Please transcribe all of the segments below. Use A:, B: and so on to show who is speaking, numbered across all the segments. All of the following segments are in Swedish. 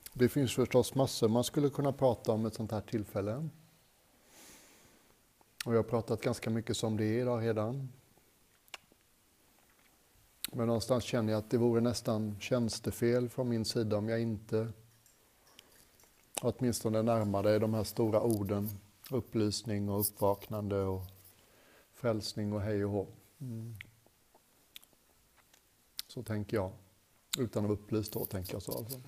A: Det finns förstås massor man skulle kunna prata om ett sånt här tillfälle. Och jag har pratat ganska mycket om det idag redan. Men någonstans känner jag att det vore nästan tjänstefel från min sida om jag inte åtminstone närmade de här stora orden. Upplysning och uppvaknande och frälsning och hej och hå. Så tänker jag. Utan att vara upplyst då tänker jag så alltså.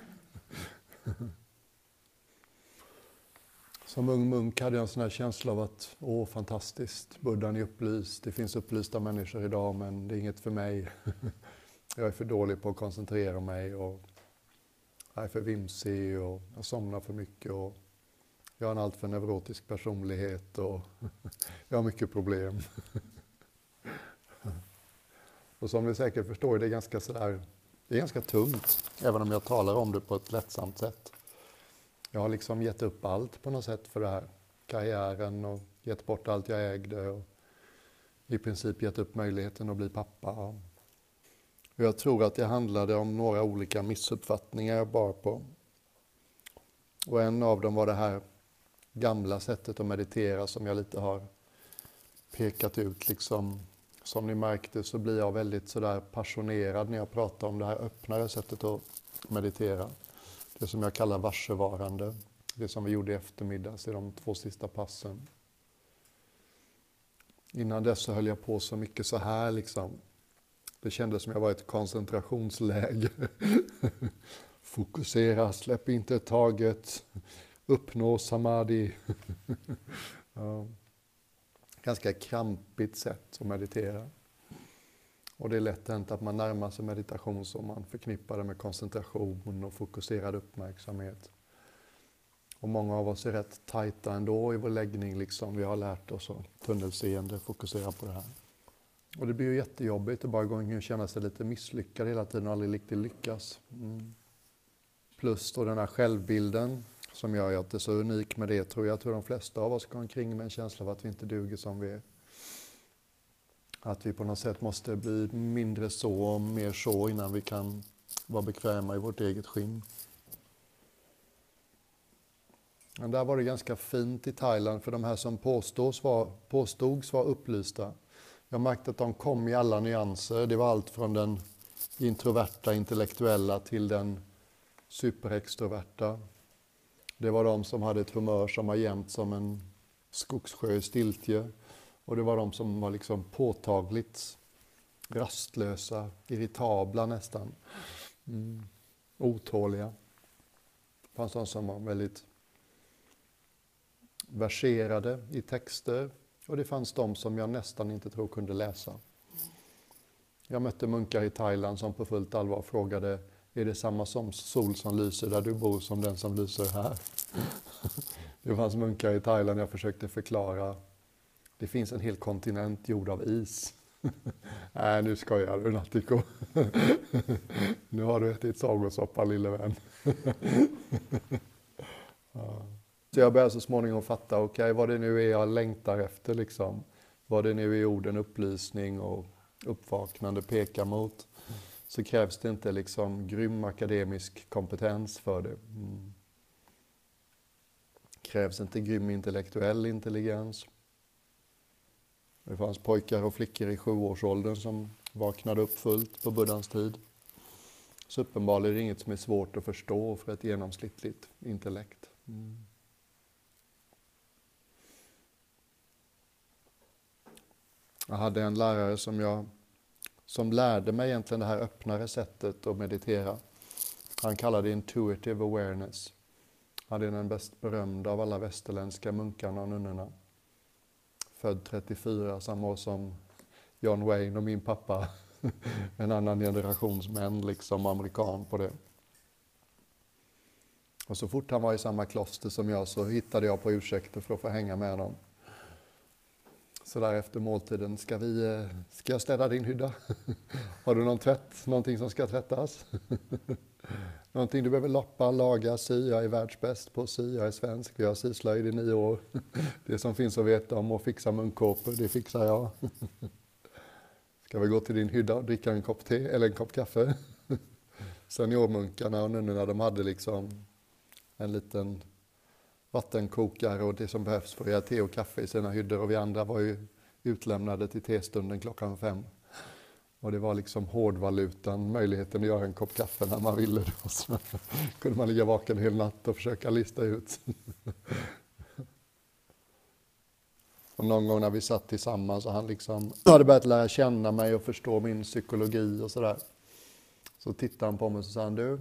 A: Som ung munk hade jag en sån här känsla av att, fantastiskt, buddhan är upplyst. Det finns upplysta människor idag men det är inget för mig. Jag är för dålig på att koncentrera mig och jag är för vimsig och jag somnar för mycket och jag har en alltför neurotisk personlighet och jag har mycket problem. Och som ni säkert förstår är det ganska tungt, även om jag talar om det på ett lättsamt sätt. Jag har liksom gett upp allt på något sätt för det här. Karriären och gett bort allt jag ägde och i princip gett upp möjligheten att bli pappa. Och jag tror att det handlade om några olika missuppfattningar jag bar på. Och en av dem var det här gamla sättet att meditera som jag lite har pekat ut. Liksom, som ni märkte så blir jag väldigt sådär passionerad när jag pratar om det här öppnare sättet att meditera. Det som jag kallar varsevarande. Det som vi gjorde i eftermiddags i de 2 sista passen. Innan dess så höll jag på så mycket så här liksom. Det kändes som jag var i ett koncentrationsläge. Fokusera, släpp inte taget. Uppnå samadhi. Ja. Ganska krampigt sätt att meditera. Och det är lätt hänt att man närmar sig meditation som man förknippar det med koncentration och fokuserad uppmärksamhet. Och många av oss är rätt tajta ändå i vår läggning liksom. Vi har lärt oss att tunnelseende fokusera på det här. Och det blir ju jättejobbigt att bara gå och känna sig lite misslyckad hela tiden och aldrig riktigt lyckas. Plus då den här självbilden som gör att det är så unik med det tror jag de flesta av oss går omkring med en känsla av att vi inte duger som vi är. Att vi på något sätt måste bli mindre så och mer så innan vi kan vara bekväma i vårt eget skinn. Men där var det ganska fint i Thailand för de här som påstods vara upplysta. Jag märkte att de kom i alla nyanser. Det var allt från den introverta, intellektuella till den superextroverta. Det var de som hade ett humör som var jämnt som en skogssjö i stiltje. Och det var de som var liksom påtagligt rastlösa, irritabla nästan. Otåliga. Det fanns de som var väldigt verserade i texter. Och det fanns de som jag nästan inte tror kunde läsa. Jag mötte munkar i Thailand som på fullt allvar frågade: är det samma som sol som lyser där du bor som den som lyser här? Det fanns munkar i Thailand jag försökte förklara. Det finns en hel kontinent gjord av is. Nej, nu skojar du, Nattiko. Nu har du ätit sagosoppa, lille vän. Ja. Så jag börjar så småningom fatta, okej, vad det nu är jag längtar efter liksom. Vad det nu är orden upplysning och uppvaknande pekar mot. Så krävs det inte liksom grym akademisk kompetens för det. Krävs inte grym intellektuell intelligens. Det fanns pojkar och flickor i 7-årsåldern som vaknade upp fullt på buddhans tid. Så uppenbarligen är det inget som är svårt att förstå för ett genomsnittligt intellekt. Jag hade en lärare som lärde mig egentligen det här öppnare sättet att meditera. Han kallade det intuitive awareness. Han är den bäst berömda av alla västerländska munkarna och nunnorna. Född 34, samma år som John Wayne och min pappa. En annan generations män, liksom amerikan på det. Och så fort han var i samma kloster som jag så hittade jag på ursäkter för att få hänga med honom. Så där efter måltiden, ska jag städa din hydda? Har du någon tvätt? Någonting som ska tvättas? Någonting du behöver lappa, laga, sy? Jag är världsbäst på att sy, jag är svensk, jag har syslöjd i 9 år. Det som finns att veta om att fixa munkåpor, det fixar jag. Ska vi gå till din hydda och dricka en kopp te eller en kopp kaffe? seniormunkarna och nunnorna, de hade liksom en liten vattenkokare och det som behövs för att göra te och kaffe i sina hyddor. Och vi andra var ju utlämnade till testunden 5:00. Och det var liksom hårdvalutan, möjligheten att göra en kopp kaffe när man ville. Då. Så kunde man ligga vaken hela natt och försöka lista ut. Och någon gång när vi satt tillsammans och han liksom hade börjat lära känna mig och förstå min psykologi och sådär. Så tittade han på mig och så sa han, du,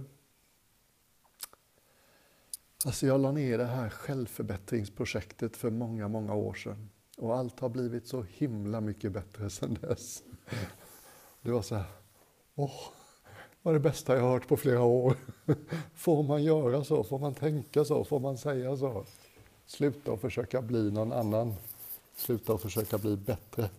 A: alltså jag la ner det här självförbättringsprojektet för många, många år sedan. Och allt har blivit så himla mycket bättre sedan dess. Det var så här, vad är det bästa jag har hört på flera år. Får man göra så? Får man tänka så? Får man säga så? Sluta och försöka bli någon annan. Sluta och försöka bli bättre.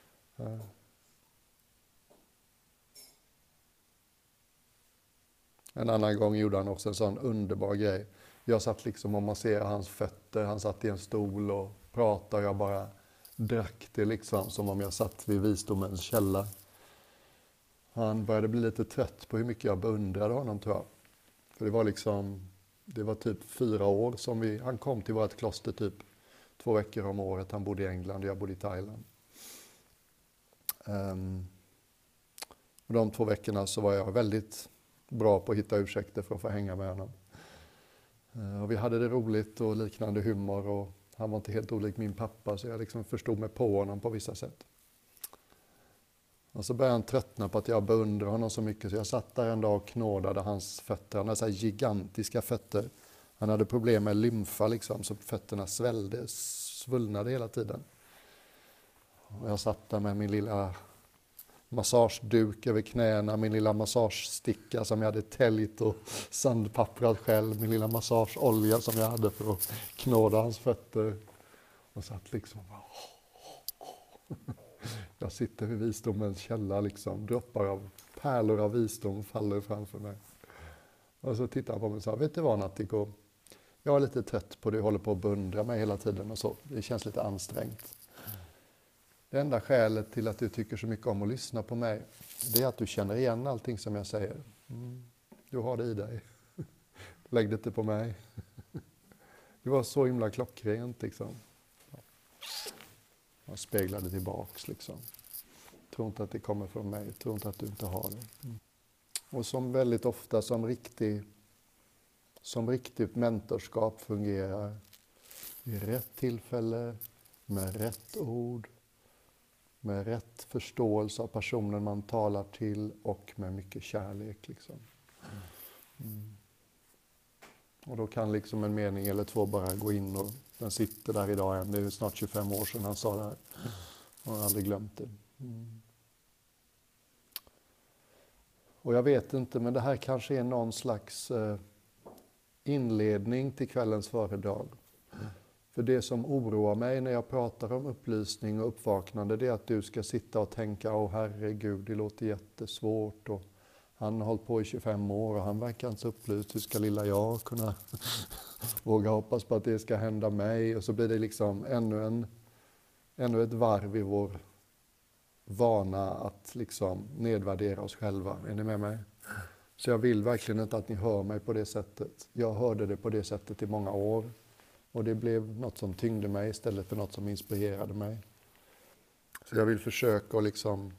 A: En annan gång gjorde han också en sån underbar grej. Jag satt liksom och masserade hans fötter. Han satt i en stol och pratade. Jag bara drack det liksom som om jag satt vid visdomens källa. Han började bli lite trött på hur mycket jag beundrade honom, tror jag. För det var typ 4 år som han kom till vårt kloster typ 2 veckor om året. Han bodde i England och jag bodde i Thailand. Och de 2 veckorna så var jag väldigt bra på att hitta ursäkter för att få hänga med honom. Och vi hade det roligt och liknande humor och han var inte helt olik min pappa så jag liksom förstod mig på honom på vissa sätt. Och så började han tröttna på att jag beundrade honom så mycket så jag satt där en dag och knådade hans fötter. Han hade så här gigantiska fötter. Han hade problem med lymfa liksom så fötterna svullnade hela tiden. Och jag satt där med min lilla massageduk över knäna, min lilla massagesticka som jag hade täljt och sandpapprat själv, min lilla massageolja som jag hade för att knåda hans fötter. Och satt liksom jag sitter vid visdomens källa liksom, droppar av pärlor av visdom faller framför mig. Och så tittar han på mig och sa, vet du vad Nattiko? Jag är lite trött på det, håller på att beundra mig hela tiden och så. Det känns lite ansträngt. Det enda skälet till att du tycker så mycket om att lyssna på mig, det är att du känner igen allting som jag säger. Du har det i dig. Lägg det inte på mig. Det var så himla klockrent liksom. Jag speglade tillbaks liksom. Tror inte att det kommer från mig. Tror inte att du inte har det. Och som väldigt ofta som riktigt mentorskap fungerar. I rätt tillfälle, med rätt ord. Med rätt förståelse av personen man talar till och med mycket kärlek. Liksom. Och då kan liksom en mening eller 2 bara gå in och den sitter där idag än. Det är snart 25 år sedan han sa det här. Och jag har aldrig glömt det. Och jag vet inte, men det här kanske är någon slags inledning till kvällens föredrag. För det som oroar mig när jag pratar om upplysning och uppvaknande, det är att du ska sitta och tänka, herregud, det låter jättesvårt och han har hållit på i 25 år och han verkar inte så upplyst. Hur ska lilla jag kunna våga hoppas på att det ska hända mig? Och så blir det liksom ännu ett varv i vår vana att liksom nedvärdera oss själva. Är ni med mig? Så jag vill verkligen inte att ni hör mig på det sättet. Jag hörde det på det sättet i många år. Och det blev något som tyngde mig istället för något som inspirerade mig. Så jag vill försöka att liksom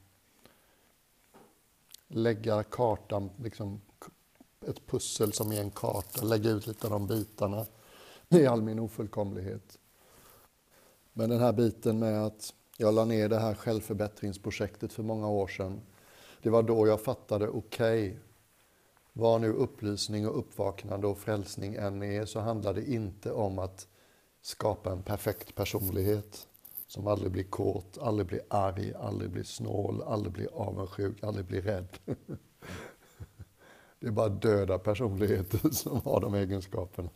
A: lägga kartan, liksom ett pussel som är en karta, lägga ut lite av de bitarna i all min ofullkomlighet. Men den här biten med att jag la ner det här självförbättringsprojektet för många år sedan, det var då jag fattade, okej, vad nu upplysning och uppvaknande och frälsning än är, så handlar det inte om att skapa en perfekt personlighet som aldrig blir kåt, aldrig blir arg, aldrig blir snål, aldrig blir avundsjuk, aldrig blir rädd. Det är bara döda personligheter som har de egenskaperna.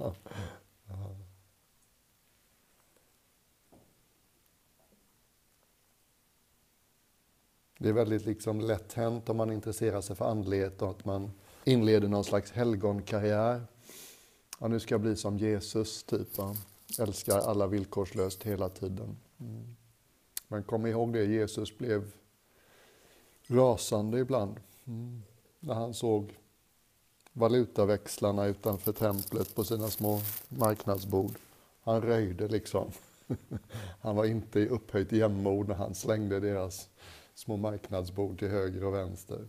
A: Det är väldigt liksom lätt hänt om man intresserar sig för andlighet och att man inleder någon slags helgonkarriär. Ja, nu ska jag bli som Jesus, typ. Va? Älskar alla villkorslöst hela tiden. Men kom ihåg det, Jesus blev rasande ibland. När han såg valutaväxlarna utanför templet på sina små marknadsbord. Han röjde liksom. Han var inte i upphöjt jämnmod när han slängde deras små marknadsbord till höger och vänster.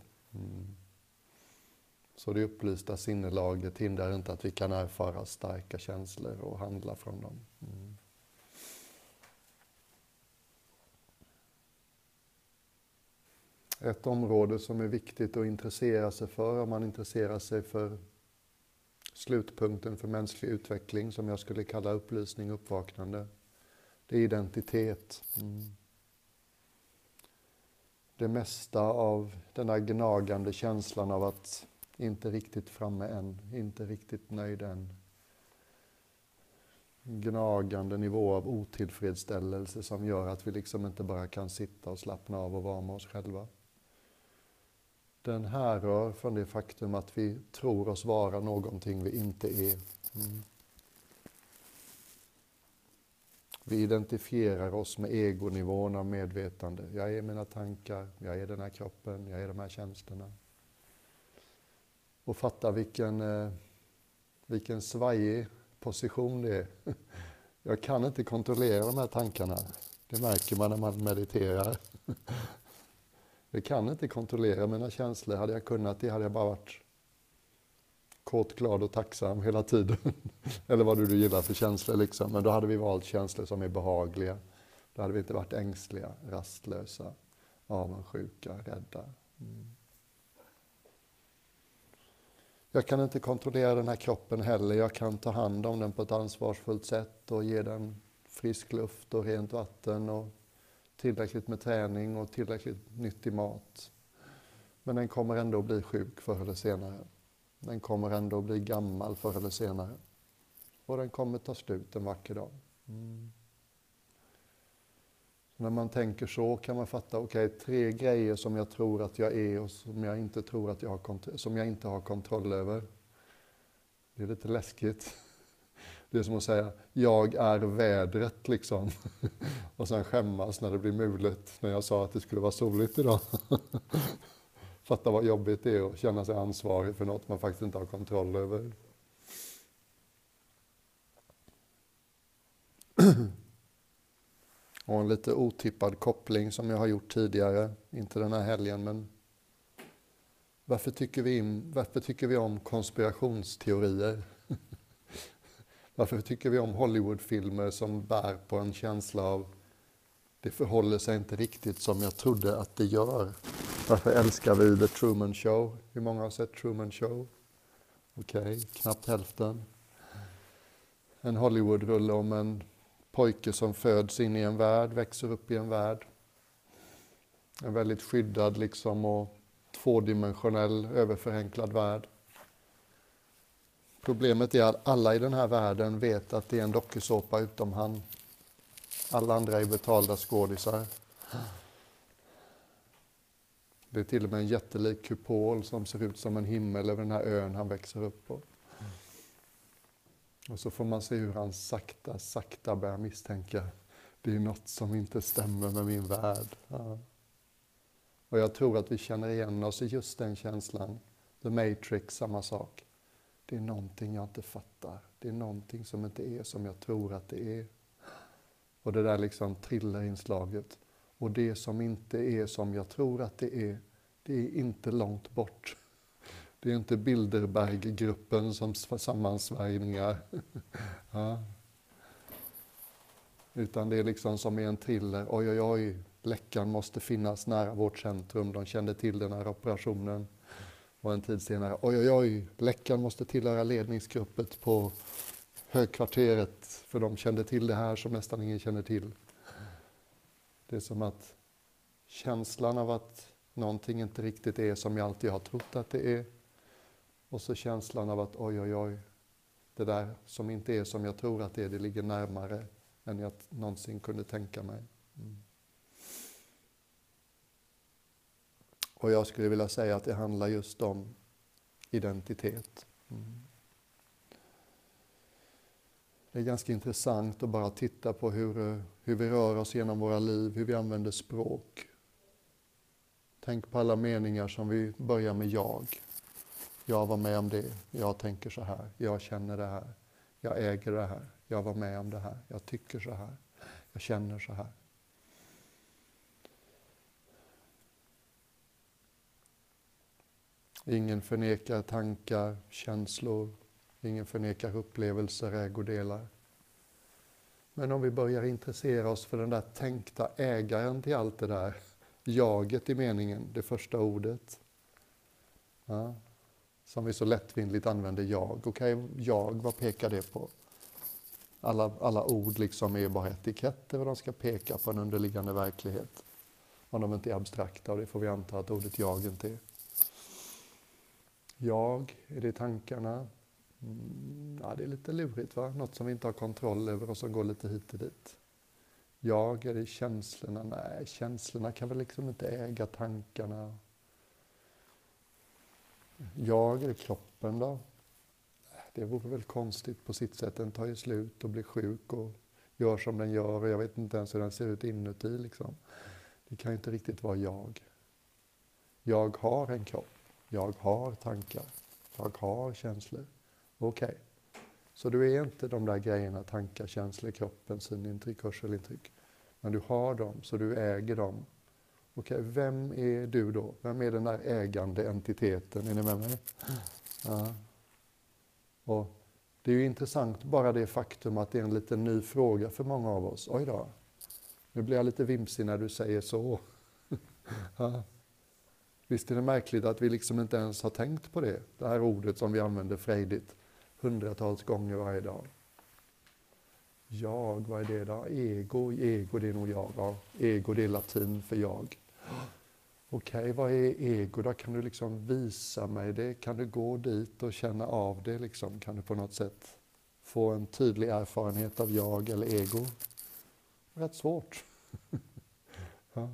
A: Så det upplysta sinnelaget hindrar inte att vi kan erfara starka känslor och handla från dem. Ett område som är viktigt att intressera sig för, om man intresserar sig för slutpunkten för mänsklig utveckling, som jag skulle kalla upplysning och uppvaknande, det är identitet. Det mesta av den här gnagande känslan av att inte riktigt framme än, inte riktigt nöjd än. Gnagande nivå av otillfredsställelse som gör att vi liksom inte bara kan sitta och slappna av och vara med oss själva. Den härrör från det faktum att vi tror oss vara någonting vi inte är. Vi identifierar oss med egonivån av medvetande. Jag är mina tankar, jag är den här kroppen, jag är de här känslorna. Och fatta vilken svajig position det är. Jag kan inte kontrollera de här tankarna. Det märker man när man mediterar. Jag kan inte kontrollera mina känslor. Hade jag kunnat det hade jag bara varit kåt, glad och tacksam hela tiden. Eller vad du gillar för känslor liksom. Men då hade vi valt känslor som är behagliga. Då hade vi inte varit ängsliga, rastlösa, avundsjuka, rädda. Jag kan inte kontrollera den här kroppen heller. Jag kan ta hand om den på ett ansvarsfullt sätt och ge den frisk luft och rent vatten och tillräckligt med träning och tillräckligt nyttig mat. Men den kommer ändå bli sjuk förr eller senare. Den kommer ändå bli gammal förr eller senare. Och den kommer ta slut en vacker dag. När man tänker så kan man fatta, 3 grejer som jag tror att jag är och som jag inte tror att jag har kontroll över. Det är lite läskigt. Det är som att säga, jag är vädret liksom. Och sen skämmas när det blir mulet, när jag sa att det skulle vara soligt idag. Fatta vad jobbigt det är att känna sig ansvarig för något man faktiskt inte har kontroll över. Och en lite otippad koppling som jag har gjort tidigare, inte den här helgen, men varför tycker vi om konspirationsteorier? Varför tycker vi om Hollywoodfilmer som bär på en känsla av det förhåller sig inte riktigt som jag trodde att det gör? Varför älskar vi The Truman Show? Hur många har sett Truman Show? Knappt hälften. En Hollywoodrulle om en pojke som föds in i en värld, växer upp i en värld. En väldigt skyddad liksom och tvådimensionell, överförenklad värld. Problemet är att alla i den här världen vet att det är en dokusåpa utom han. Alla andra är betalda skådisar. Det är till och med en jättelik kupol som ser ut som en himmel över den här ön han växer upp på. Och så får man se hur han sakta börjar misstänka. Det är något som inte stämmer med min värld. Ja. Och jag tror att vi känner igen oss i just den känslan. The Matrix, samma sak. Det är någonting jag inte fattar. Det är någonting som inte är som jag tror att det är. Och det där liksom thrillerinslaget. Och det som inte är som jag tror att det är inte långt bort. Det är inte Bilderberggruppen som sammansvärjningar. Ja. Utan det är liksom som i en thriller. Oj, läckan måste finnas nära vårt centrum. De kände till den här operationen. Och en tid senare, oj, läckan måste tillhöra ledningsgruppen på högkvarteret. För de kände till det här som nästan ingen känner till. Det är som att känslan av att någonting inte riktigt är som jag alltid har trott att det är. Och så känslan av att oj, det där som inte är som jag tror att det är, det ligger närmare än jag någonsin kunde tänka mig. Och jag skulle vilja säga att det handlar just om identitet. Det är ganska intressant att bara titta på hur vi rör oss genom våra liv, hur vi använder språk. Tänk på alla meningar som vi börjar med jag. Jag var med om det, jag tänker så här, jag känner det här, jag äger det här, jag var med om det här, jag tycker så här, jag känner så här. Ingen förnekar tankar, känslor, ingen förnekar upplevelser, ägodelar. Men om vi börjar intressera oss för den där tänkta ägaren till allt det där, jaget i meningen, det första ordet, ja, som vi så lättvindigt använder jag. Okej, jag, vad pekar det på? Alla ord liksom är bara etiketter och de ska peka på en underliggande verklighet. Om de inte är abstrakta, och det får vi anta att ordet jag inte är. Jag, är det tankarna? Ja, det är lite lurigt, va? Något som vi inte har kontroll över och som går lite hit och dit. Jag, är det känslorna? Nej, känslorna kan väl liksom inte äga tankarna. Jag, är det kroppen då? Det vore väl konstigt på sitt sätt. Den tar ju slut och blir sjuk och gör som den gör och jag vet inte ens hur den ser ut inuti liksom. Det kan ju inte riktigt vara jag. Jag har en kropp. Jag har tankar. Jag har känslor. Okej. Så du är inte de där grejerna, tankar, känslor, kroppen, synintryck, hörselintryck. Men du har dem, så du äger dem. Okej, vem är du då? Vem är den där ägande entiteten? Är ni med mig? Ja. Och det är ju intressant bara det faktum att det är en liten ny fråga för många av oss. Oj då, nu blir jag lite vimsig när du säger så. Ja. Visst är det märkligt att vi liksom inte ens har tänkt på det. Det här ordet som vi använder frejdigt hundratals gånger varje dag. Jag, vad är det då? Ego det är nog jag. Ja. Ego, det är latin för jag. Okej, vad är ego då? Kan du liksom visa mig det? Kan du gå dit och känna av det liksom? Kan du på något sätt få en tydlig erfarenhet av jag eller ego? Rätt svårt. Ja.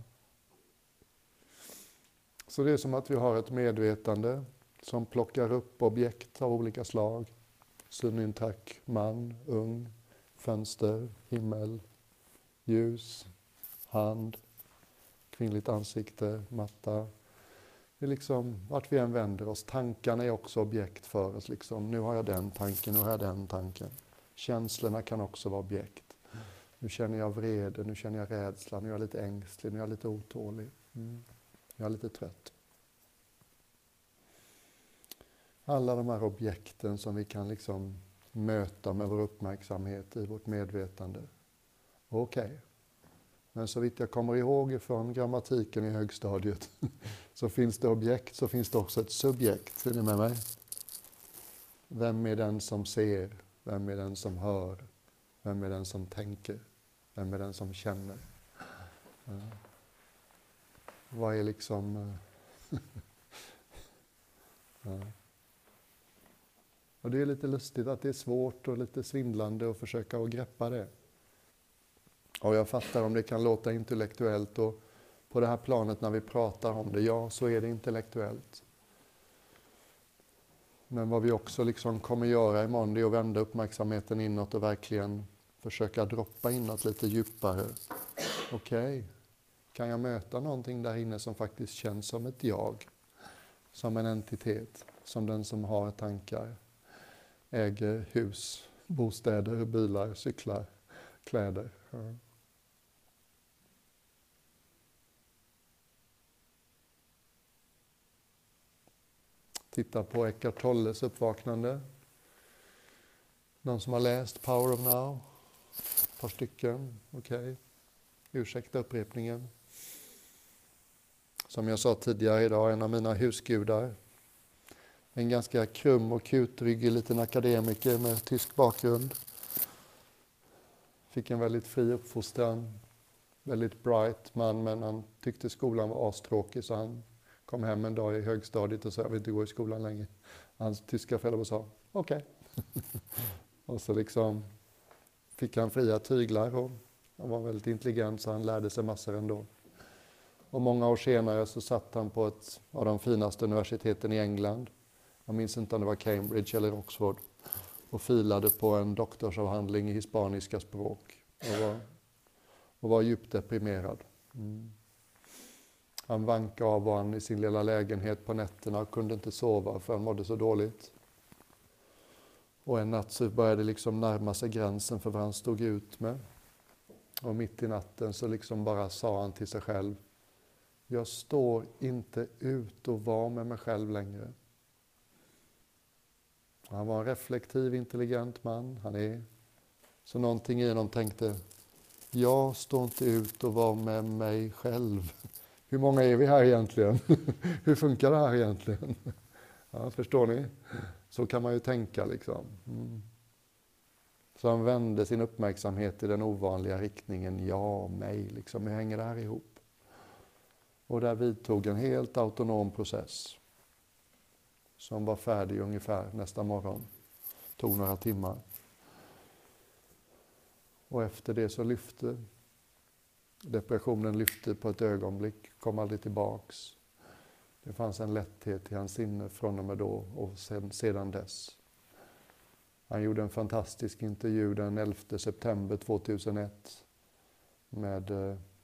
A: Så det är som att vi har ett medvetande som plockar upp objekt av olika slag. Synintryck, man, ung, fönster, himmel, ljus, hand, kvinnligt ansikte, matta. Det är liksom vart vi än vänder oss. Tankarna är också objekt för oss. Liksom. Nu har jag den tanken, nu har jag den tanken. Känslorna kan också vara objekt. Nu känner jag vrede, nu känner jag rädsla, nu är jag lite ängslig, nu är jag lite otålig. Jag är lite trött. Alla de här objekten som vi kan liksom möta med vår uppmärksamhet i vårt medvetande. Okej. Men så vitt jag kommer ihåg från grammatiken i högstadiet så finns det objekt, så finns det också ett subjekt. Är ni med mig? Vem är den som ser? Vem är den som hör? Vem är den som tänker? Vem är den som känner? Vad är liksom... Ja. Och det är lite lustigt att det är svårt och lite svindlande att försöka att greppa det. Och jag fattar om det kan låta intellektuellt och på det här planet när vi pratar om det, ja så är det intellektuellt. Men vad vi också liksom kommer göra imorgon är att vända uppmärksamheten inåt och verkligen försöka droppa inåt lite djupare. Okej. Kan jag möta någonting där inne som faktiskt känns som ett jag? Som en entitet, som den som har tankar, äger hus, bostäder, bilar, cyklar, kläder. Ja. Titta på Eckhart Tolles uppvaknande. Någon som har läst Power of Now? Ett par stycken, okej. Ursäkta upprepningen. Som jag sa tidigare idag, en av mina husgudar. En ganska krum och kutryggig liten akademiker med tysk bakgrund. Fick en väldigt fri uppfostran. Väldigt bright man, men han tyckte skolan var astråkig så han kom hem en dag i högstadiet och sa jag vill inte gå i skolan längre. Hans tyska föräldrar sa okej. Och så liksom fick han fria tyglar och han var väldigt intelligent så han lärde sig massor ändå. Och många år senare så satt han på ett av de finaste universiteten i England. Jag minns inte om det var Cambridge eller Oxford. Och filade på en doktorsavhandling i hispaniska språk. Och var djupt deprimerad. Han vankade av och an i sin lilla lägenhet på nätterna och kunde inte sova för han mådde så dåligt. Och en natt så började det liksom närma sig gränsen för vad han stod ut med. Och mitt i natten så liksom bara sa han till sig själv: jag står inte ut och var med mig själv längre. Han var en reflektiv, intelligent man. Han är. Så någonting i honom tänkte: jag står inte ut och var med mig själv. Hur många är vi här egentligen? Hur funkar det här egentligen? Ja, förstår ni? Så kan man ju tänka liksom. Så han vände sin uppmärksamhet i den ovanliga riktningen: ja, mig, liksom. Hur hänger det här ihop? Och där vidtog en helt autonom process som var färdig ungefär nästa morgon. Tog några timmar. Och efter det så lyfte depressionen lyfte på ett ögonblick, kom aldrig tillbaks. Det fanns en lätthet i hans sinne från och med då och sedan dess. Han gjorde en fantastisk intervju den 11 september 2001 med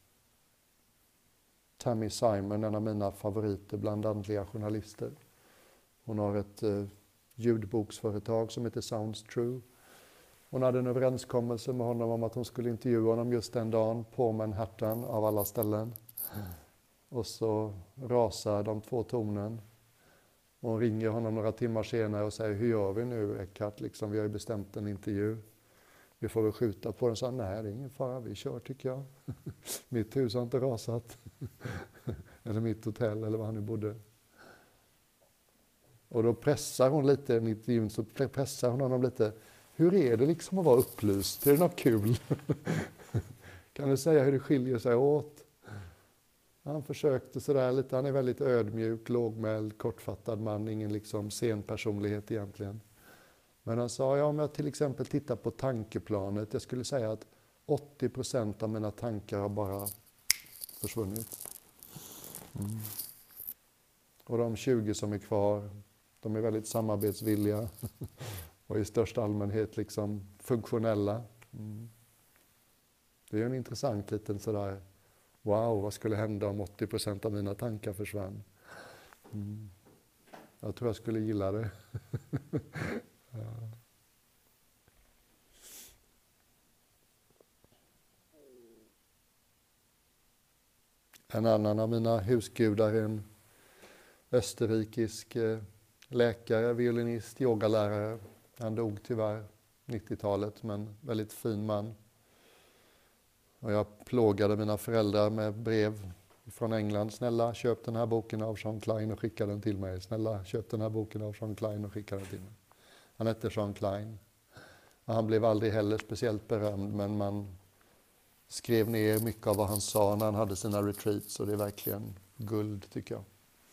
A: Tammy Simon, en av mina favoriter bland andliga journalister. Hon har ett ljudboksföretag som heter Sounds True. Hon hade en överenskommelse med honom om att hon skulle intervjua honom just den dagen på Manhattan av alla ställen. Och så rasar de två tonen. Och hon ringer honom några timmar senare och säger: hur gör vi nu, Eckhart? Liksom, vi har ju bestämt en intervju. Vi får väl skjuta på den. Så nej, det är ingen fara, vi kör tycker jag. Mitt hus har inte rasat. Eller mitt hotell eller var han nu bodde. Och då pressar hon lite, i intervjun så pressar hon honom lite. Hur är det liksom att vara upplyst? Är det något kul? Kan du säga hur det skiljer sig åt? Han försökte sådär lite, han är väldigt ödmjuk, lågmäld, kortfattad man, ingen liksom sen personlighet egentligen. Men han sa, ja, om jag till exempel tittar på tankeplanet, jag skulle säga att 80% av mina tankar har bara försvunnit. Och de 20 som är kvar, de är väldigt samarbetsvilliga och i största allmänhet liksom funktionella. Det är en intressant liten sådär, wow, vad skulle hända om 80% av mina tankar försvann? Jag tror jag skulle gilla det. Ja. En annan av mina husgudar är en österrikisk läkare, violinist, yogalärare. Han dog tyvärr 90-talet, men väldigt fin man. Och jag plågade mina föräldrar med brev från England. Snälla, köp den här boken av Jean Klein och skicka den till mig. Snälla, köp den här boken av Jean Klein och skicka den till mig. Han hette Jean Klein. Och han blev aldrig heller speciellt berömd, men man skrev ner mycket av vad han sa när han hade sina retreats. Och det är verkligen guld, tycker jag.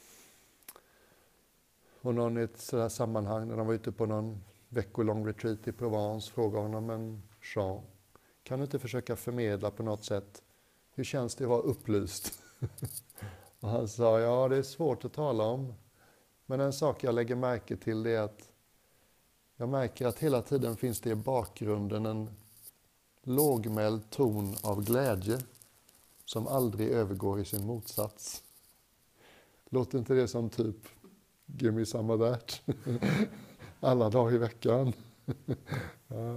A: Och någon i ett sådär sammanhang, när de var ute på någon veckolång retreat i Provence, frågade honom: men Jean, kan du inte försöka förmedla på något sätt, hur känns det att vara upplyst? Och han sa, ja, det är svårt att tala om. Men en sak jag lägger märke till, det är att jag märker att hela tiden finns det i bakgrunden en lågmäld ton av glädje som aldrig övergår i sin motsats. Låter inte det som typ give me some of that? Alla dagar i veckan. Ja.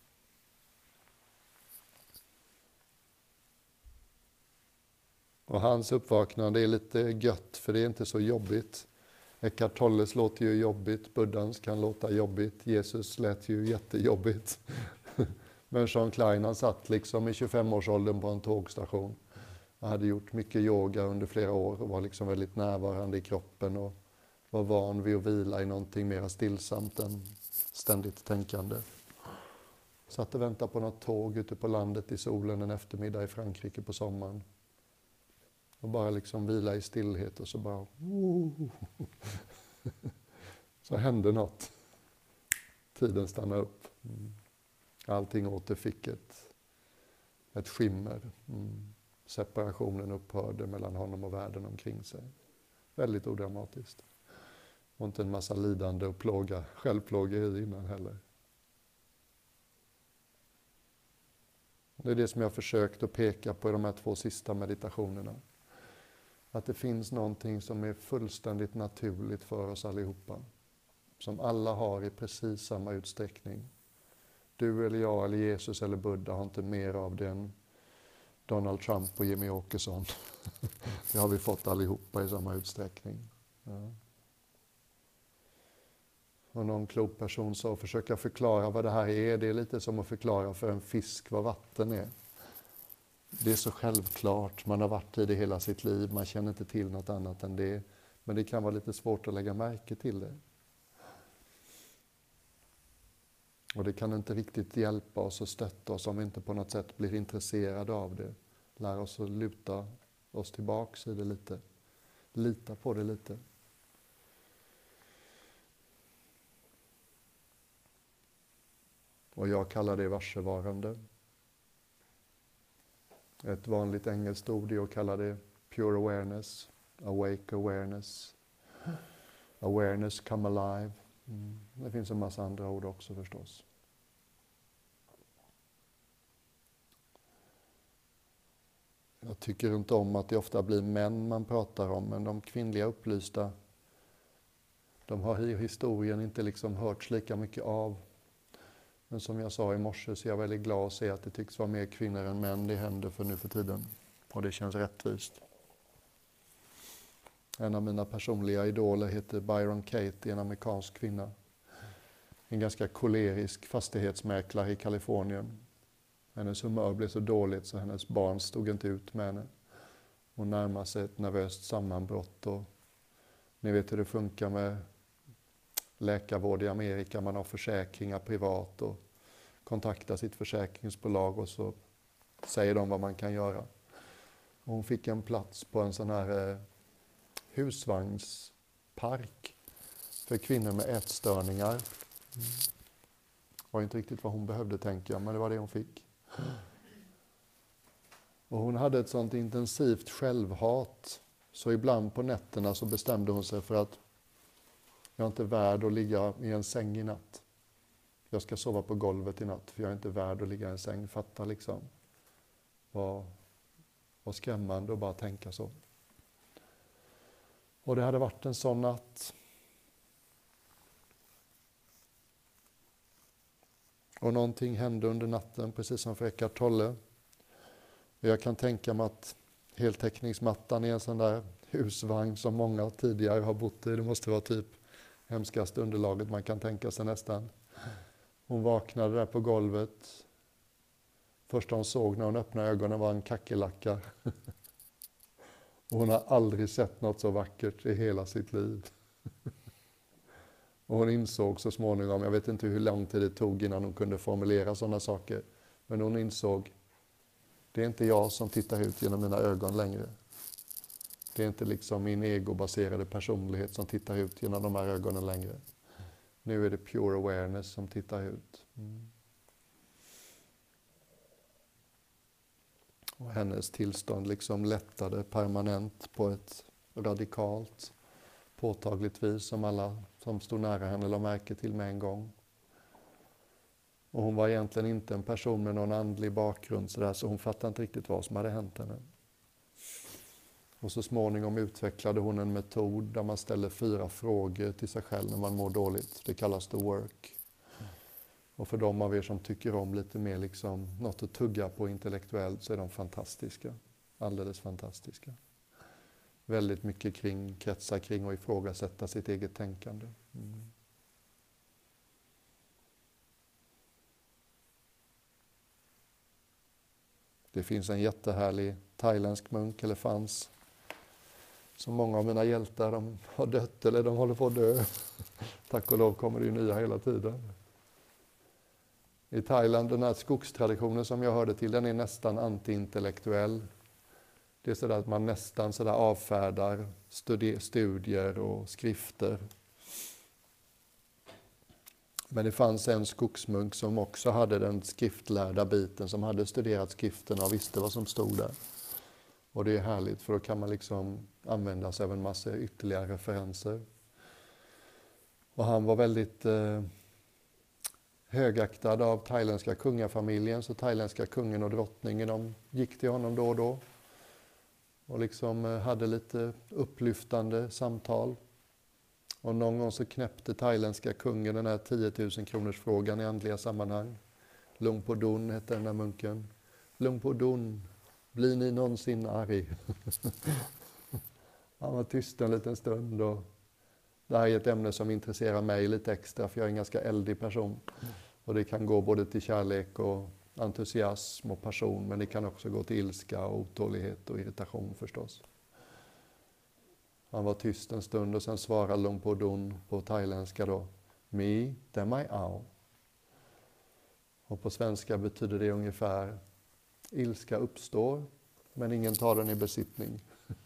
A: Och hans uppvaknande är lite gött, för det är inte så jobbigt. Eckhart Tolles låter ju jobbigt, Buddhans kan låta jobbigt, Jesus lät ju jättejobbigt. Men Jean Klein, han satt liksom i 25-årsåldern på en tågstation. Han hade gjort mycket yoga under flera år och var liksom väldigt närvarande i kroppen och var van vid att vila i någonting mer stillsamt än ständigt tänkande. Satt och väntade på något tåg ute på landet i solen en eftermiddag i Frankrike på sommaren. Och bara liksom vila i stillhet och så bara... Så hände något. Tiden stannade upp. Allting återfick ett skimmer. Separationen upphörde mellan honom och världen omkring sig. Väldigt odramatiskt. Och inte en massa lidande och självplågeri innan heller. Det är det som jag har försökt att peka på i de här 2 sista meditationerna. Att det finns någonting som är fullständigt naturligt för oss allihopa. Som alla har i precis samma utsträckning. Du eller jag eller Jesus eller Buddha har inte mer av det än Donald Trump och Jimmy Åkesson. Det har vi fått allihopa i samma utsträckning. Ja. Och någon klok person sa att försöka förklara vad det här är. Det är lite som att förklara för en fisk vad vatten är. Det är så självklart. Man har varit i det hela sitt liv. Man känner inte till något annat än det. Men det kan vara lite svårt att lägga märke till det. Och det kan inte riktigt hjälpa oss och stötta oss om vi inte på något sätt blir intresserade av det. Lär oss att luta oss tillbaks i det lite. Lita på det lite. Och jag kallar det varsevarande. Ett vanligt engelskt ord är att kalla det pure awareness, awake awareness, awareness come alive. Det finns en massa andra ord också förstås. Jag tycker inte om att det ofta blir män man pratar om, men de kvinnliga upplysta, de har i historien inte liksom hörts lika mycket av. Men som jag sa i morse så är jag väldigt glad att se att det tycks vara mer kvinnor än män det händer för nu för tiden. Och det känns rättvist. En av mina personliga idoler heter Byron Katie, en amerikansk kvinna. En ganska kolerisk fastighetsmäklare i Kalifornien. Hennes humör blev så dåligt så hennes barn stod inte ut med henne. Hon närmade sig ett nervöst sammanbrott. Och ni vet hur det funkar med läkarvård i Amerika. Man har försäkringar privat och kontaktar sitt försäkringsbolag och så säger de vad man kan göra. Och hon fick en plats på en sån här husvagnspark för kvinnor med ätstörningar. Det var inte riktigt vad hon behövde tänker jag, men det var det hon fick. Och hon hade ett sånt intensivt självhat så ibland på nätterna så bestämde hon sig för att jag är inte värd att ligga i en säng i natt. Jag ska sova på golvet i natt för jag är inte värd att ligga i en säng. Fatta liksom vad skrämmande att bara tänka så. Och det hade varit en sån natt. Och någonting hände under natten, precis som för Eckart Tolle. Och jag kan tänka mig att heltäckningsmattan är en sån där husvagn som många tidigare har bott i. Det måste vara typ hemskaste underlaget man kan tänka sig nästan. Hon vaknade där på golvet. Första hon såg när hon öppnade ögonen var en kackerlacka. Och hon har aldrig sett något så vackert i hela sitt liv. Och hon insåg så småningom, jag vet inte hur lång tid det tog innan hon kunde formulera sådana saker. Men hon insåg, det är inte jag som tittar ut genom mina ögon längre. Det är inte liksom min egobaserade personlighet som tittar ut genom de här ögonen längre. Nu är det pure awareness som tittar ut. Och hennes tillstånd liksom lättade permanent på ett radikalt, påtagligt vis som alla som stod nära henne la märke till med en gång. Och hon var egentligen inte en person med någon andlig bakgrund så hon fattade inte riktigt vad som hade hänt henne. Och så småningom utvecklade hon en metod där man ställer 4 frågor till sig själv när man mår dåligt. Det kallas the work. Och för de av er som tycker om lite mer liksom något att tugga på intellektuellt så är de fantastiska. Alldeles fantastiska. Väldigt mycket kretsar kring och ifrågasätta sitt eget tänkande. Det finns en jättehärlig thailändsk munk, eller fanns, som många av mina hjältar, de har dött eller de håller på att dö. Tack och lov kommer det ju nya hela tiden. I Thailand, den här skogstraditionen som jag hörde till, den är nästan antiintellektuell. Det är sådär att man nästan sådär avfärdar studier och skrifter. Men det fanns en skogsmunk som också hade den skriftlärda biten, som hade studerat skrifterna och visste vad som stod där. Och det är härligt för då kan man liksom använda sig av en massa ytterligare referenser. Och han var väldigt högaktad av thailändska kungafamiljen, så thailändska kungen och drottningen de gick till honom då och då. och liksom hade lite upplyftande samtal. Och någon gång så knäppte thailändska kungen den här 10 000 kronors frågan i andliga sammanhang. Lumpur Dun hette den där munken. Lumpur Dun, blir ni någonsin arg? Han var tyst en liten stund. Och det här är ett ämne som intresserar mig lite extra, för jag är en ganska eldig person. Och det kan gå både till kärlek och entusiasm och passion, men det kan också gå till ilska och otålighet och irritation förstås. Han var tyst en stund och sen svarade Lumpur Dun på thailändska då. Mi, demai au. Och på svenska betyder det ungefär: ilska uppstår, men ingen tar den i besittning.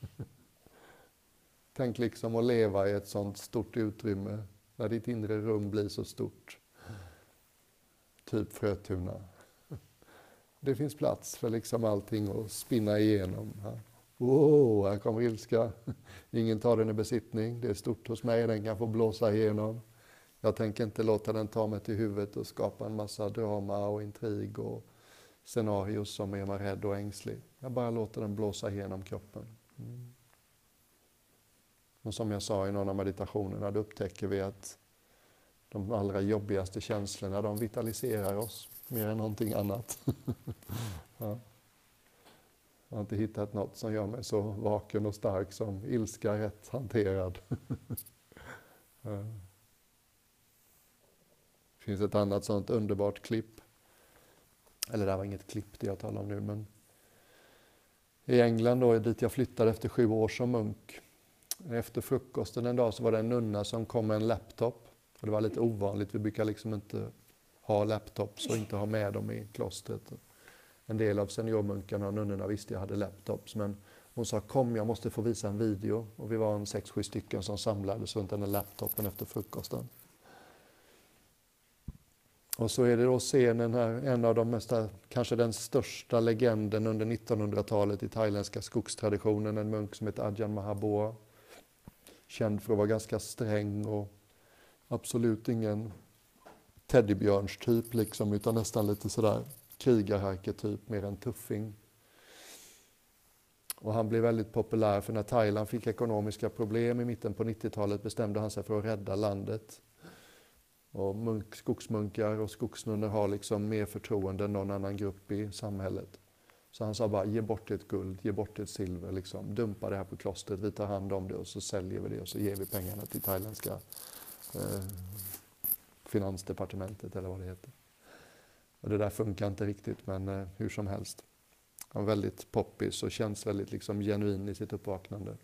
A: Tänk liksom att leva i ett sånt stort utrymme, där ditt inre rum blir så stort. Typ Frötuna. Det finns plats för liksom allting att spinna igenom. Wow, här kommer ilska. Ingen tar den i besittning. Det är stort hos mig, den kan få blåsa igenom. Jag tänker inte låta den ta mig till huvudet och skapa en massa drama och intrig och scenarios som är mig rädd och ängslig. Jag bara låter den blåsa igenom kroppen. Och som jag sa i någon av meditationerna, då upptäcker vi att de allra jobbigaste känslorna, de vitaliserar oss mer än någonting annat. Ja. Jag har inte hittat något som gör mig så vaken och stark som ilska rätt hanterad. Det finns ett annat sånt underbart klipp. Eller det var inget klipp det jag talar om nu, men i England då, dit jag flyttade efter 7 år som munk. Efter frukosten en dag så var det en nunna som kom med en laptop. Och det var lite ovanligt, vi brukar liksom inte ha laptops och inte ha med dem i klostret. En del av seniormunkarna och nunnorna visste jag hade laptops, men hon sa kom, jag måste få visa en video. Och vi var 6-7 stycken som samlades runt den här laptopen efter frukosten. Och så är det då scenen här, en av de mesta, kanske den största legenden under 1900-talet i thailändska skogstraditionen, en munk som heter Ajahn Mahaboa. Känd för att vara ganska sträng och absolut ingen teddybjörnstyp liksom, utan nästan lite sådär krigararketyp, mer en tuffing. Och han blev väldigt populär, för när Thailand fick ekonomiska problem i mitten på 90-talet bestämde han sig för att rädda landet. Och skogsmunkar och skogsnunnor har liksom mer förtroende än någon annan grupp i samhället. Så han sa bara, ge bort ett guld, ge bort ett silver, liksom. Dumpa det här på klostret, vi tar hand om det och så säljer vi det och så ger vi pengarna till thailändska finansdepartementet eller vad det heter. Och det där funkar inte riktigt, men hur som helst. Han är väldigt poppis och känns väldigt liksom genuin i sitt uppvaknande.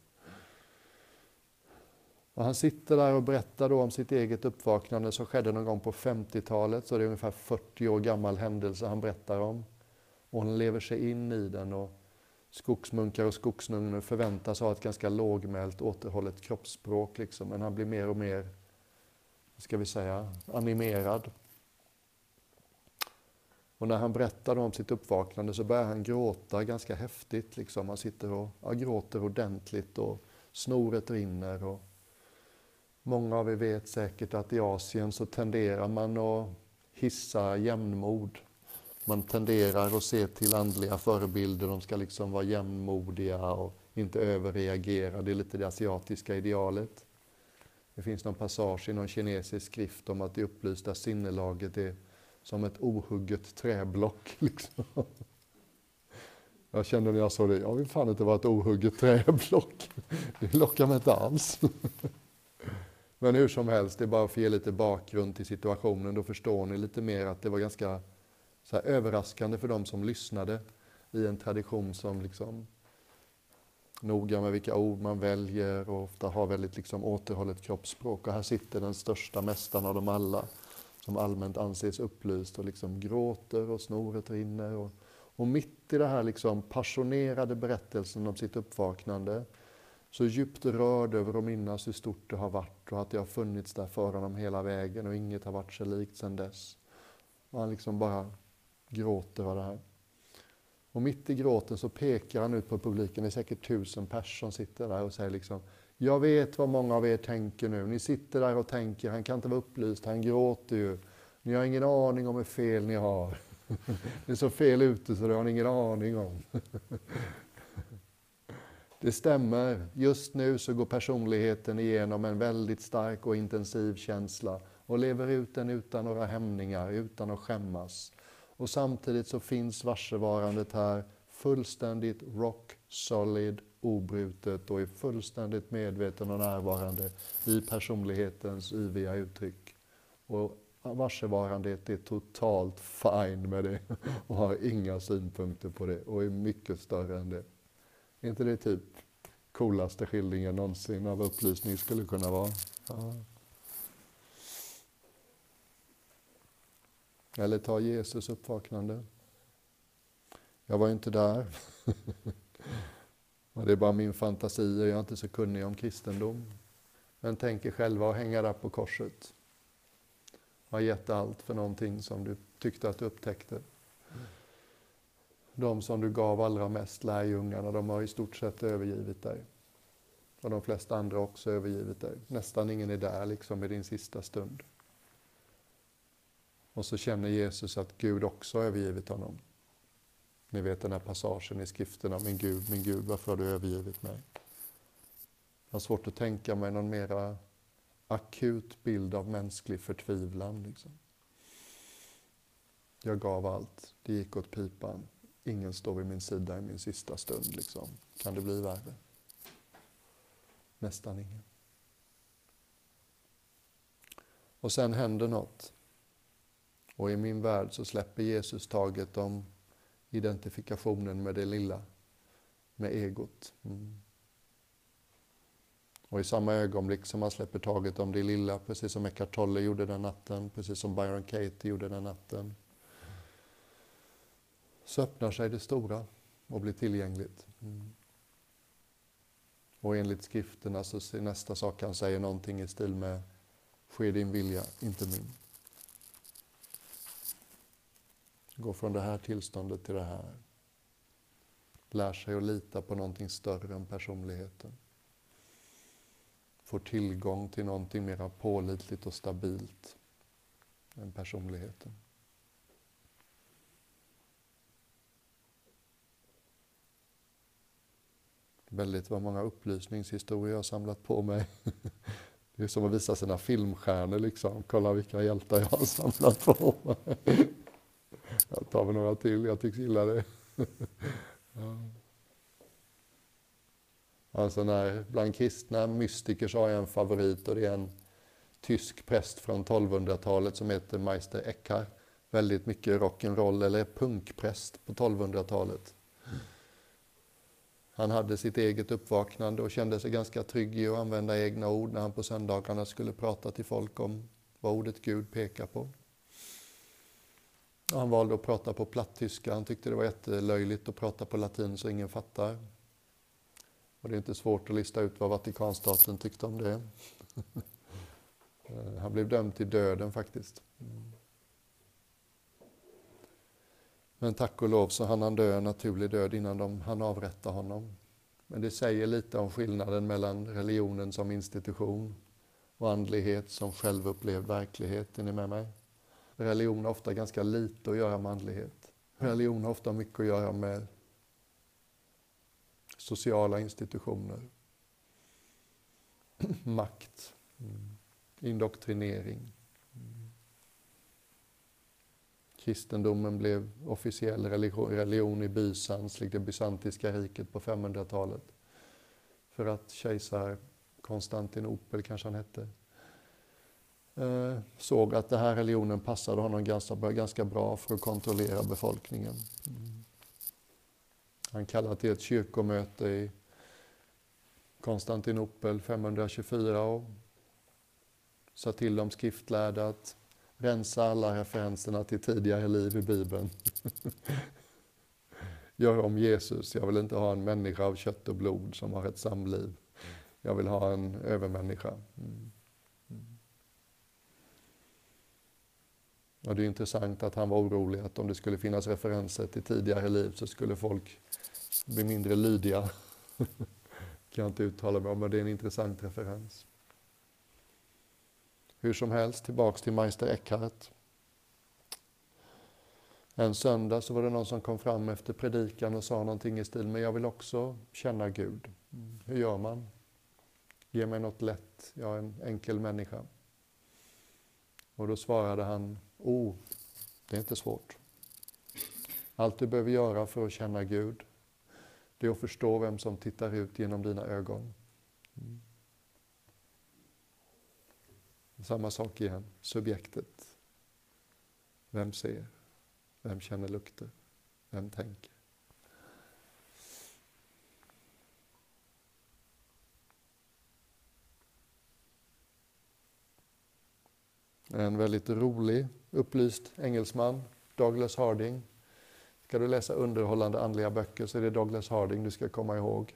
A: Och han sitter där och berättar då om sitt eget uppvaknande som skedde någon gång på 50-talet. Så det är ungefär 40 år gammal händelse han berättar om. Och han lever sig in i den, och skogsmunkar och skogsnunnor förväntas ha ett ganska lågmält, återhållet kroppsspråk. Liksom. Men han blir mer och mer, ska vi säga, animerad. Och när han berättar om sitt uppvaknande så börjar han gråta ganska häftigt. Liksom. Han sitter och gråter ordentligt och snoret rinner. Och många av er vet säkert att i Asien så tenderar man att hissa jämnmod. Man tenderar att se till andliga förebilder, de ska liksom vara jämnmodiga och inte överreagera. Det är lite det asiatiska idealet. Det finns någon passage i någon kinesisk skrift om att det upplysta sinnelaget är som ett ohugget träblock. Liksom. Jag kände när jag såg det, jag vill fan inte vara ett ohugget träblock. Det lockar mig inte alls. Men hur som helst, det är bara för att ge lite bakgrund till situationen. Då förstår ni lite mer att det var ganska så här överraskande för de som lyssnade i en tradition som liksom noga med vilka ord man väljer och ofta har väldigt liksom återhållet kroppsspråk. Och här sitter den största mästaren av dem alla som allmänt anses upplyst och liksom gråter och snoret rinner. Och mitt i det här liksom passionerade berättelsen om sitt uppvaknande så djupt rörd över att minnas hur stort det har varit och att det har funnits där för honom hela vägen och inget har varit så likt sedan dess. Och han liksom bara gråter av det här. Och mitt i gråten så pekar han ut på publiken, det är säkert 1000 personer som sitter där och säger liksom, jag vet vad många av er tänker nu, ni sitter där och tänker, han kan inte vara upplyst, han gråter ju. Ni har ingen aning om hur fel ni har. Det är så fel ute så det har ni ingen aning om. Det stämmer. Just nu så går personligheten igenom en väldigt stark och intensiv känsla och lever ut den utan några hämningar, utan att skämmas. Och samtidigt så finns varsevarandet här fullständigt rock solid, obrutet och är fullständigt medveten och närvarande i personlighetens yviga uttryck. Och varsevarandet är totalt fine med det och har inga synpunkter på det och är mycket större än det. Är inte det typ coolaste skildringen någonsin av upplysning skulle kunna vara? Ja. Eller ta Jesus uppvaknande. Jag var inte där. Och det är bara min fantasi och jag är inte så kunnig om kristendom. Men tänk er själva att hänga där på korset. Har gett allt för någonting som du tyckte att du upptäckte. De som du gav allra mest, lärjungarna, de har i stort sett övergivit dig. Och de flesta andra också övergivit dig. Nästan ingen är där liksom i din sista stund. Och så känner Jesus att Gud också har övergivit honom. Ni vet den här passagen i skrifterna, min Gud, varför har du övergivit mig? Jag har svårt att tänka mig någon mera akut bild av mänsklig förtvivlan. Liksom. Jag gav allt, det gick åt pipan. Ingen står vid min sida i min sista stund. Liksom. Kan det bli värre? Nästan ingen. Och sen händer något. Och i min värld så släpper Jesus taget om identifikationen med det lilla, med egot. Och i samma ögonblick som man släpper taget om det lilla, precis som Eckhart Tolle gjorde den natten, precis som Byron Katie gjorde den natten, så öppnar sig det stora och blir tillgängligt. Och enligt skrifterna så är nästa sak han säger någonting i stil med ske din vilja, inte min. Gå från det här tillståndet till det här. Lär sig att lita på någonting större än personligheten. Får tillgång till någonting mer pålitligt och stabilt än personligheten. Väldigt vad många upplysningshistorier jag har samlat på mig. Det är som att visa sina filmstjärnor liksom. Kolla vilka hjältar jag har samlat på mig. Jag tar väl några till, jag tycks gilla det. Ja. Alltså bland kristna mystiker så har jag en favorit och det är en tysk präst från 1200-talet som heter Meister Eckhart. Väldigt mycket rock'n'roll eller punkpräst på 1200-talet. Han hade sitt eget uppvaknande och kände sig ganska trygg i att använda egna ord när han på söndagarna skulle prata till folk om vad ordet Gud pekar på. Han valde att prata på platttyska. Han tyckte det var jättelöjligt att prata på latin så ingen fattar. Och det är inte svårt att lista ut vad Vatikanstaten tyckte om det. Han blev dömd till döden faktiskt. Men tack och lov så hann han dö en naturlig död innan han avrättade honom. Men det säger lite om skillnaden mellan religionen som institution och andlighet som självupplevd verklighet. Är ni med mig? Religion har ofta ganska lite att göra med andlighet. Religion har ofta mycket att göra med sociala institutioner, makt, indoktrinering. Kristendomen blev officiell religion i Bysans, det bysantiska riket på 500-talet. För att kejsar Konstantinopel, kanske han hette, såg att den här religionen passade honom ganska bra för att kontrollera befolkningen. Han kallade till ett kyrkomöte i Konstantinopel 524 och sa till de skriftlärda att rensa alla referenserna till tidigare liv i Bibeln. Gör om Jesus. Jag vill inte ha en människa av kött och blod som har ett samliv. Jag vill ha en övermänniska. Och det är intressant att han var orolig att om det skulle finnas referenser till tidigare liv så skulle folk bli mindre lydiga. Kan jag inte uttala mig om, men det är en intressant referens. Hur som helst, tillbaks till Meister Eckhart. En söndag så var det någon som kom fram efter predikan och sa någonting i stil, men jag vill också känna Gud. Hur gör man? Ge mig något lätt, jag är en enkel människa. Och då svarade han, det är inte svårt. Allt du behöver göra för att känna Gud, det är att förstå vem som tittar ut genom dina ögon. Samma sak igen, subjektet. Vem ser? Vem känner lukter? Vem tänker? En väldigt rolig, upplyst engelsman, Douglas Harding. Ska du läsa underhållande andliga böcker så är det Douglas Harding du ska komma ihåg.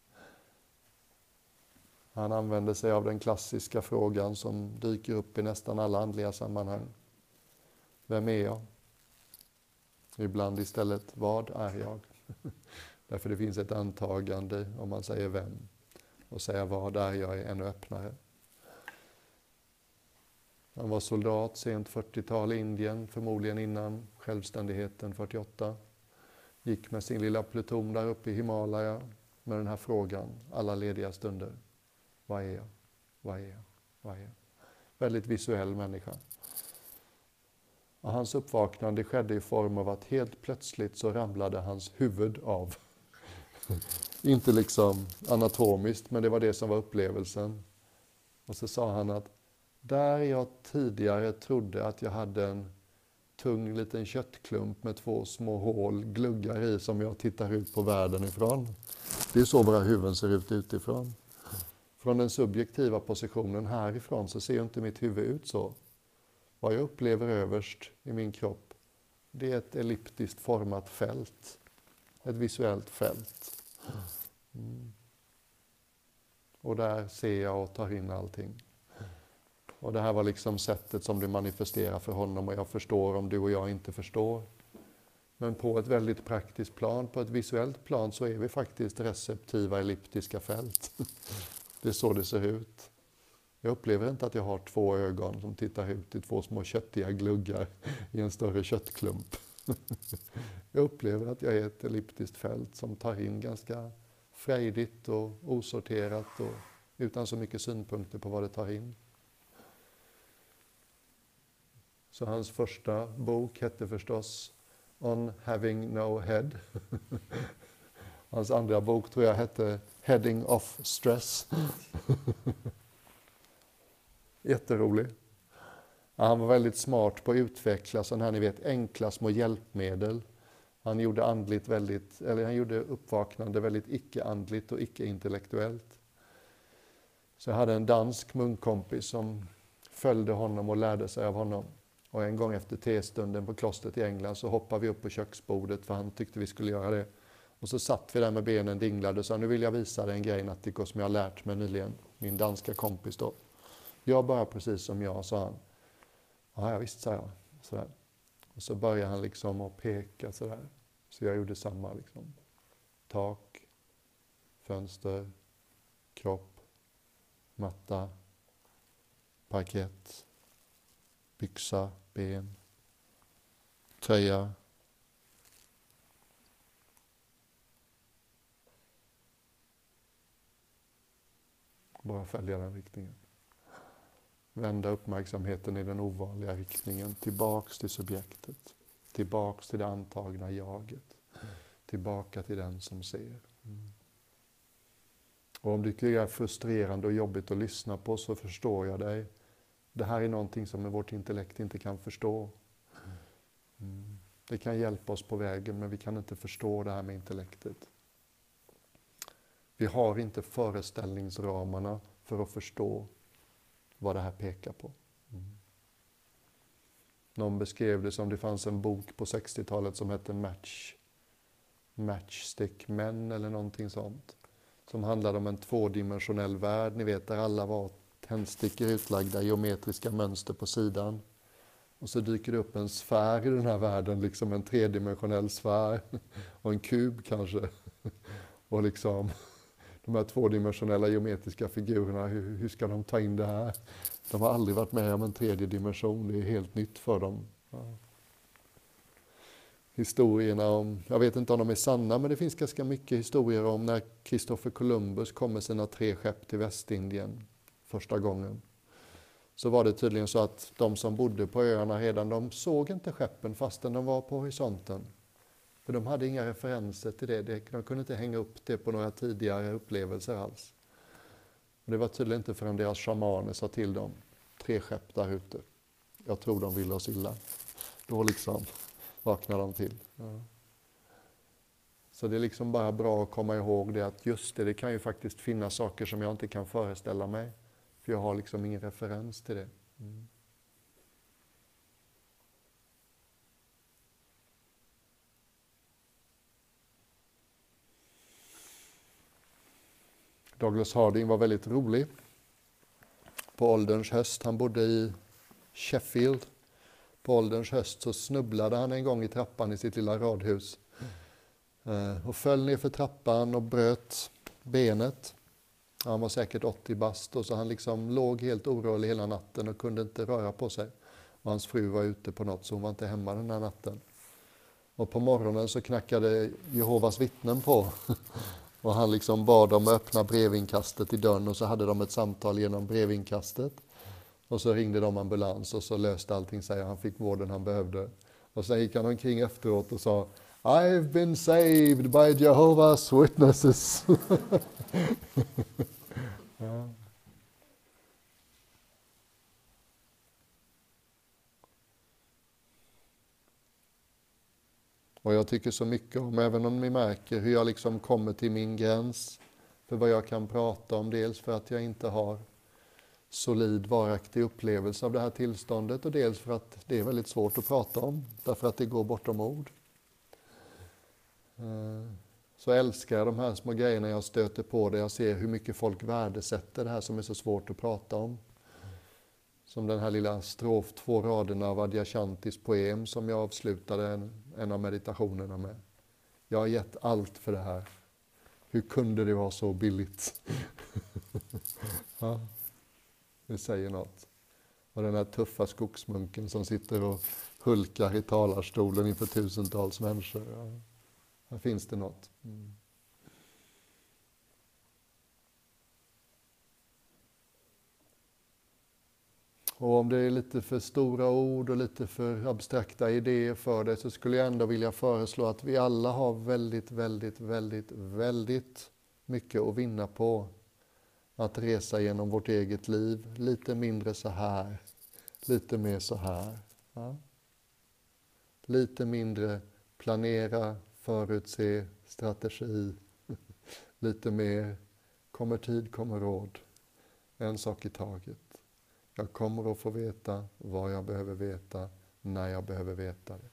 A: Han använder sig av den klassiska frågan som dyker upp i nästan alla andliga sammanhang. Vem är jag? Ibland istället, vad är jag? Därför det finns ett antagande om man säger vem. Och säga vad är jag är ännu öppnare. Han var soldat sent 40-tal i Indien, förmodligen innan självständigheten 48. Gick med sin lilla pluton där uppe i Himalaya med den här frågan alla lediga stunder. Vad är jag? Vad är jag? Vad är jag? Väldigt visuell människa. Och hans uppvaknande skedde i form av att helt plötsligt så ramlade hans huvud av. Inte liksom anatomiskt, men det var det som var upplevelsen. Och så sa han att där jag tidigare trodde att jag hade en tung liten köttklump med 2 små hål, gluggar i som jag tittar ut på världen ifrån. Det är så våra huvuden ser ut utifrån. Från den subjektiva positionen härifrån så ser inte mitt huvud ut så. Vad jag upplever överst i min kropp, det är ett elliptiskt format fält. Ett visuellt fält. Och där ser jag och tar in allting. Och det här var liksom sättet som det manifesterar för honom, och jag förstår om du och jag inte förstår. Men på ett väldigt praktiskt plan, på ett visuellt plan, så är vi faktiskt receptiva elliptiska fält. Det är så det ser ut. Jag upplever inte att jag har 2 ögon som tittar ut i 2 små köttiga gluggar i en större köttklump. Jag upplever att jag är ett elliptiskt fält som tar in ganska frejdigt och osorterat och utan så mycket synpunkter på vad det tar in. Så hans första bok hette förstås On Having No Head. Hans andra bok tror jag hette Heading Off Stress. Jätterolig. Han var väldigt smart på att utveckla sådana här, ni vet, enkla små hjälpmedel. Han gjorde han gjorde uppvaknande väldigt icke-andligt och icke-intellektuellt. Så jag hade en dansk munkkompis som följde honom och lärde sig av honom. Och en gång efter testunden på klostret i England så hoppade vi upp på köksbordet för han tyckte vi skulle göra det. Och så satt vi där med benen dinglade och sa, nu vill jag visa dig en grej, Natthiko, som jag har lärt mig nyligen. Min danska kompis då. Jag bara precis som jag, sa han. Ja, visst, sa jag. Sådär. Och så började han liksom att peka sådär. Så jag gjorde samma liksom. Tak, fönster, kropp, matta, parkett, byxa, ben, tröja. Bara följa den riktningen. Vända uppmärksamheten i den ovanliga riktningen. Tillbaks till subjektet. Tillbaks till det antagna jaget. Tillbaka till den som ser. Och om det tycker jag är frustrerande och jobbigt att lyssna på, så förstår jag dig. Det här är någonting som med vårt intellekt inte kan förstå. Det kan hjälpa oss på vägen, men vi kan inte förstå det här med intellektet. Vi har inte föreställningsramarna för att förstå vad det här pekar på. Någon beskrev det som det fanns en bok på 60-talet som hette Matchstick Men eller någonting sånt. Som handlade om en 2-dimensionell värld, ni vet, där alla var tändstickor utlagda, geometriska mönster på sidan. Och så dyker det upp en sfär i den här världen, liksom en 3-dimensionell sfär. Och en kub kanske. Och liksom de här 2-dimensionella geometriska figurerna, hur ska de ta in det här? De har aldrig varit med om en 3:e dimension, det är helt nytt för dem. Ja. historierna om, jag vet inte om de är sanna, men det finns ganska mycket historier om när Christopher Columbus kom med sina 3 skepp till Västindien första gången. Så var det tydligen så att de som bodde på öarna redan, de såg inte skeppen fastän de var på horisonten. För de hade inga referenser till det, de kunde inte hänga upp det på några tidigare upplevelser alls. Och det var tydligen inte förrän deras shamaner sa till dem, 3 skepp där ute. Jag tror de vill oss illa. Då liksom vaknar de till. Ja. Så det är liksom bara bra att komma ihåg det, att just det kan ju faktiskt finnas saker som jag inte kan föreställa mig. För jag har liksom ingen referens till det. Mm. Douglas Harding var väldigt rolig. På ålderns höst, han bodde i Sheffield. På ålderns höst så snubblade han en gång i trappan i sitt lilla radhus. Och föll ner för trappan och bröt benet. Han var säkert 80 bast och så han liksom låg helt orörlig hela natten och kunde inte röra på sig. Och hans fru var ute på något så hon var inte hemma den här natten. Och på morgonen så knackade Jehovas vittnen på. Och han liksom bad dem öppna brevinkastet i dörren och så hade de ett samtal genom brevinkastet. Och så ringde de ambulans och så löste allting sig. Han fick vården han behövde. Och sen gick han omkring efteråt och sa I've been saved by Jehovah's witnesses. Ja. Och jag tycker så mycket om, även om ni märker hur jag liksom kommer till min gräns för vad jag kan prata om, dels för att jag inte har solid, varaktig upplevelse av det här tillståndet och dels för att det är väldigt svårt att prata om, därför att det går bortom ord. Så älskar jag de här små grejerna jag stöter på där jag ser hur mycket folk värdesätter det här som är så svårt att prata om. Som den här lilla strof 2 raderna av Adyashantis poem som jag avslutade en av meditationerna med. Jag har gett allt för det här. Hur kunde det vara så billigt? Ja, det säger något. Och den här tuffa skogsmunken som sitter och hulkar i talarstolen inför tusentals människor. Ja, här finns det något. Mm. Och om det är lite för stora ord och lite för abstrakta idéer för det så skulle jag ändå vilja föreslå att vi alla har väldigt mycket att vinna på att resa genom vårt eget liv. Lite mindre så här, lite mer så här. Ja? Lite mindre planera, förutse, strategi. Lite mer kommer tid, kommer råd. En sak i taget. Jag kommer att få veta vad jag behöver veta, när jag behöver veta det.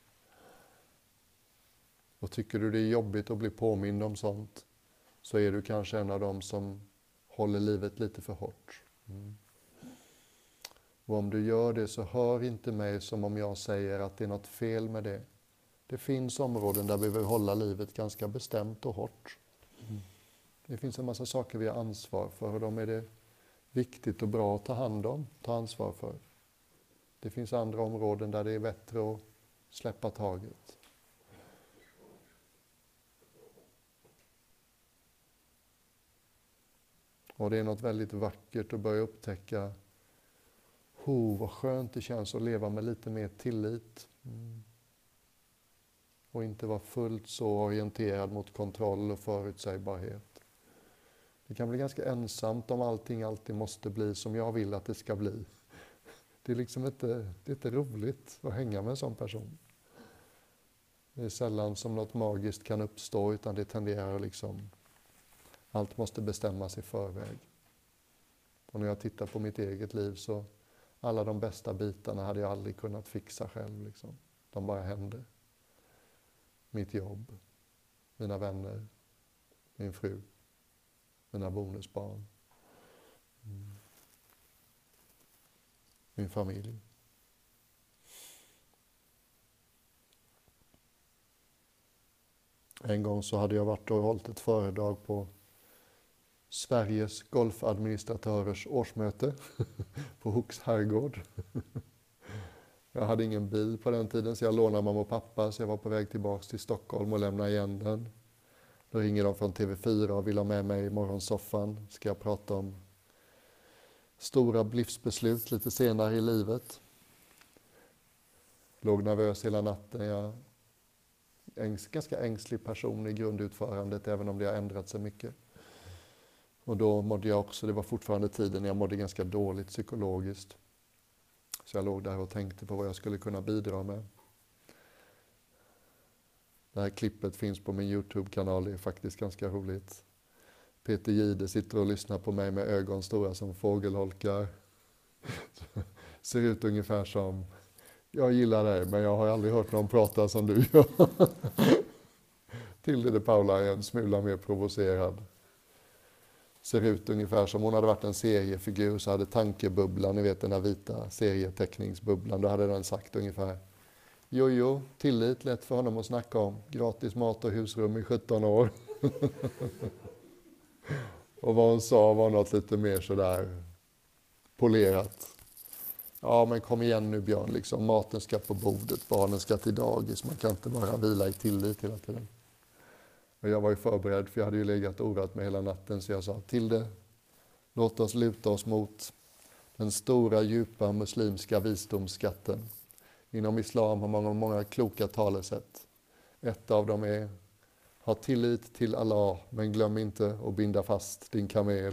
A: Och tycker du det är jobbigt att bli påmind om sånt, så är du kanske en av dem som håller livet lite för hårt. Mm. Och om du gör det så hör inte mig som om jag säger att det är något fel med det. Det finns områden där vi vill hålla livet ganska bestämt och hårt. Mm. Det finns en massa saker vi har ansvar för och de är det viktigt och bra att ta hand om, ta ansvar för. Det finns andra områden där det är bättre att släppa taget. Och det är något väldigt vackert att börja upptäcka vad skönt det känns att leva med lite mer tillit. Mm. Och inte vara fullt så orienterad mot kontroll och förutsägbarhet. Det kan bli ganska ensamt om allting alltid måste bli som jag vill att det ska bli. Det är liksom inte roligt att hänga med en sån person. Det är sällan som något magiskt kan uppstå utan det tenderar liksom, allt måste bestämmas i förväg. Och när jag tittar på mitt eget liv så alla de bästa bitarna hade jag aldrig kunnat fixa själv. Liksom. De bara hände. Mitt jobb, mina vänner, min fru. Mina bonusbarn. Mm. Min familj. En gång så hade jag varit och hållit ett föredrag på Sveriges golfadministratörers årsmöte på Hooks herrgård. Jag hade ingen bil på den tiden så jag lånade mamma och pappa, så jag var på väg tillbaka till Stockholm och lämnade igen den. Då ringer de från TV4 och vill ha med mig i morgonsoffan. Ska jag prata om stora livsbeslut lite senare i livet. Låg nervös hela natten. Jag är en ganska ängslig person i grundutförandet, även om det har ändrat sig mycket. Och då mådde jag också, det var fortfarande tiden, jag mådde ganska dåligt psykologiskt. Så jag låg där och tänkte på vad jag skulle kunna bidra med. Det här klippet finns på min YouTube-kanal, det är faktiskt ganska roligt. Peter Gide sitter och lyssnar på mig med ögon stora som fågelholkar. Ser ut ungefär som, jag gillar dig men jag har aldrig hört någon prata som du gör. Tilde de Paula är en smula mer provocerad. Ser ut ungefär som hon hade varit en seriefigur, så hade tankebubblan, ni vet den här vita serieteckningsbubblan, då hade den sagt ungefär: Jojo, tillit, lätt för honom att snacka om. Gratis mat och husrum i 17 år. Och vad hon sa var något lite mer sådär polerat. Ja men kom igen nu Björn, liksom, maten ska på bordet, barnen ska till dagis, man kan inte bara vila i tillit hela tiden. Och jag var ju förberedd, för jag hade ju legat och oroat mig hela natten, så jag sa till det. Låt oss luta oss mot den stora, djupa muslimska visdomsskatten. Inom islam har många kloka talesätt. Ett av dem är: ha tillit till Allah, men glöm inte att binda fast din kamel.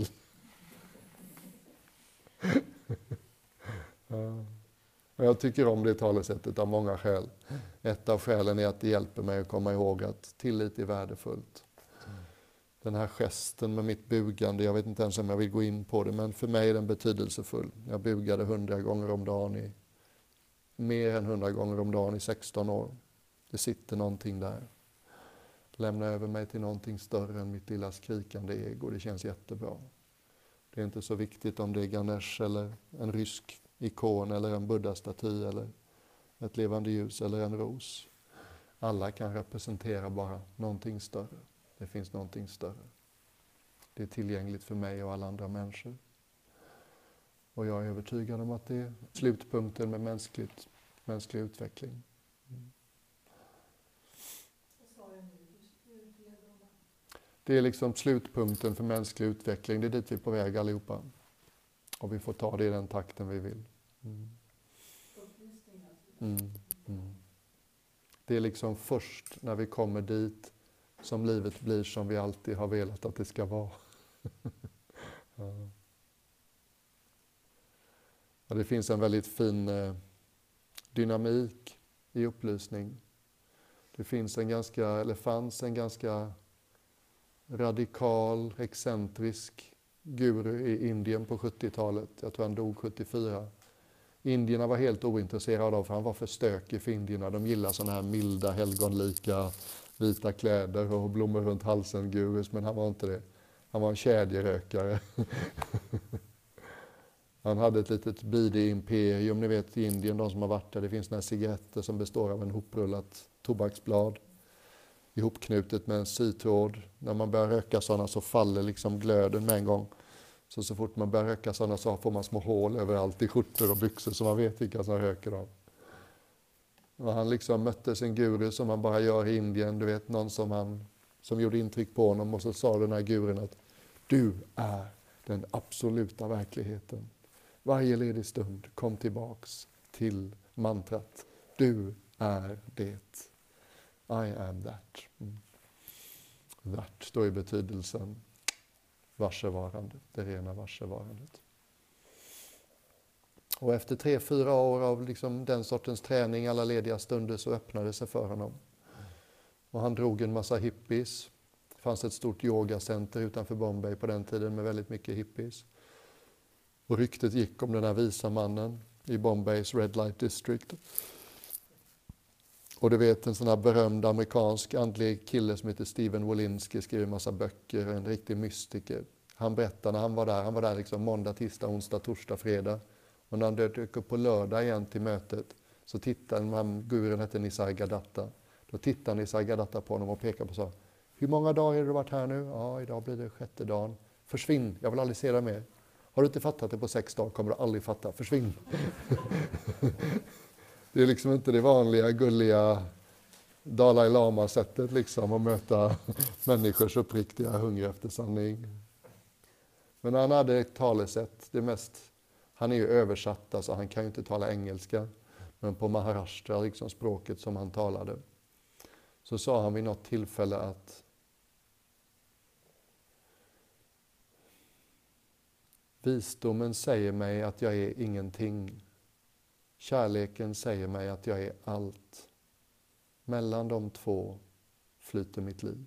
A: Och jag tycker om det talesättet av många skäl. Ett av skälen är att det hjälper mig att komma ihåg att tillit är värdefullt. Den här gesten med mitt bugande, jag vet inte ens om jag vill gå in på det, men för mig är den betydelsefull. Jag bugade 100 gånger om dagen mer än 100 gånger om dagen i 16 år. Det sitter någonting där. Lämna över mig till någonting större än mitt lilla skrikande ego. Det känns jättebra. Det är inte så viktigt om det är Ganesh eller en rysk ikon eller en buddha-staty eller ett levande ljus eller en ros. Alla kan representera bara någonting större. Det finns någonting större. Det är tillgängligt för mig och alla andra människor. Och jag är övertygad om att det är slutpunkten med mänsklig utveckling. Det är liksom slutpunkten för mänsklig utveckling. Det är dit vi är på väg allihopa. Och vi får ta det i den takten vi vill. Det är liksom först när vi kommer dit som livet blir som vi alltid har velat att det ska vara. Ja, det finns en väldigt fin dynamik i upplysning. Det fanns en ganska radikal, excentrisk guru i Indien på 70-talet. Jag tror han dog 74. Indierna var helt ointresserade av, för han var för stökig för indierna. De gillar sådana här milda, helgonlika, vita kläder och blommor runt halsen gurus, men han var inte det. Han var en kedjerökare. Han hade ett litet bide-imperium, ni vet i Indien, de som har varit där. Det finns några cigaretter som består av en hoprullat tobaksblad ihopknutet med en sytråd. När man börjar röka sådana så faller liksom glöden med en gång. Så fort man börjar röka sådana så får man små hål överallt i skjortor och byxor, så man vet vilka som röker dem. Och han liksom mötte sin guru som man bara gör i Indien. Du vet, någon som gjorde intryck på honom, och så sa den här gurun att du är den absoluta verkligheten. Varje ledig stund kom tillbaks till mantrat. Du är det. I am that. That står i betydelsen varsevarande, det rena varsevarandet. Och efter 3-4 år av liksom den sortens träning, alla lediga stunder, så öppnade det sig för honom. Och han drog en massa hippies. Det fanns ett stort yogacenter utanför Bombay på den tiden med väldigt mycket hippies. Och ryktet gick om den här visa mannen i Bombays Red Light District. Och du vet, en sån här berömd amerikansk andlig kille som heter Steven Wolinski, skriver en massa böcker, en riktig mystiker. Han berättade när han var där liksom måndag, tisdag, onsdag, torsdag, fredag. Och när han dök upp på lördag igen till mötet, så tittade gurun, hette Nisargadatta. Då tittade Nisargadatta på honom och pekade på så: hur många dagar har du varit här nu? Ja, idag blir det 6:e dagen. Försvinn, jag vill aldrig se dig mer. Har du inte fattat det på 6 dagar kommer du aldrig fatta. Försvinn. Det är liksom inte det vanliga gulliga Dalai Lama-sättet liksom att möta människors uppriktiga hunger efter sanning. Men han hade ett talesätt, han är ju översatt, alltså han kan ju inte tala engelska, men på Maharashtra, liksom språket som han talade, så sa han vid något tillfälle att visdomen säger mig att jag är ingenting. Kärleken säger mig att jag är allt. Mellan de två flyter mitt liv.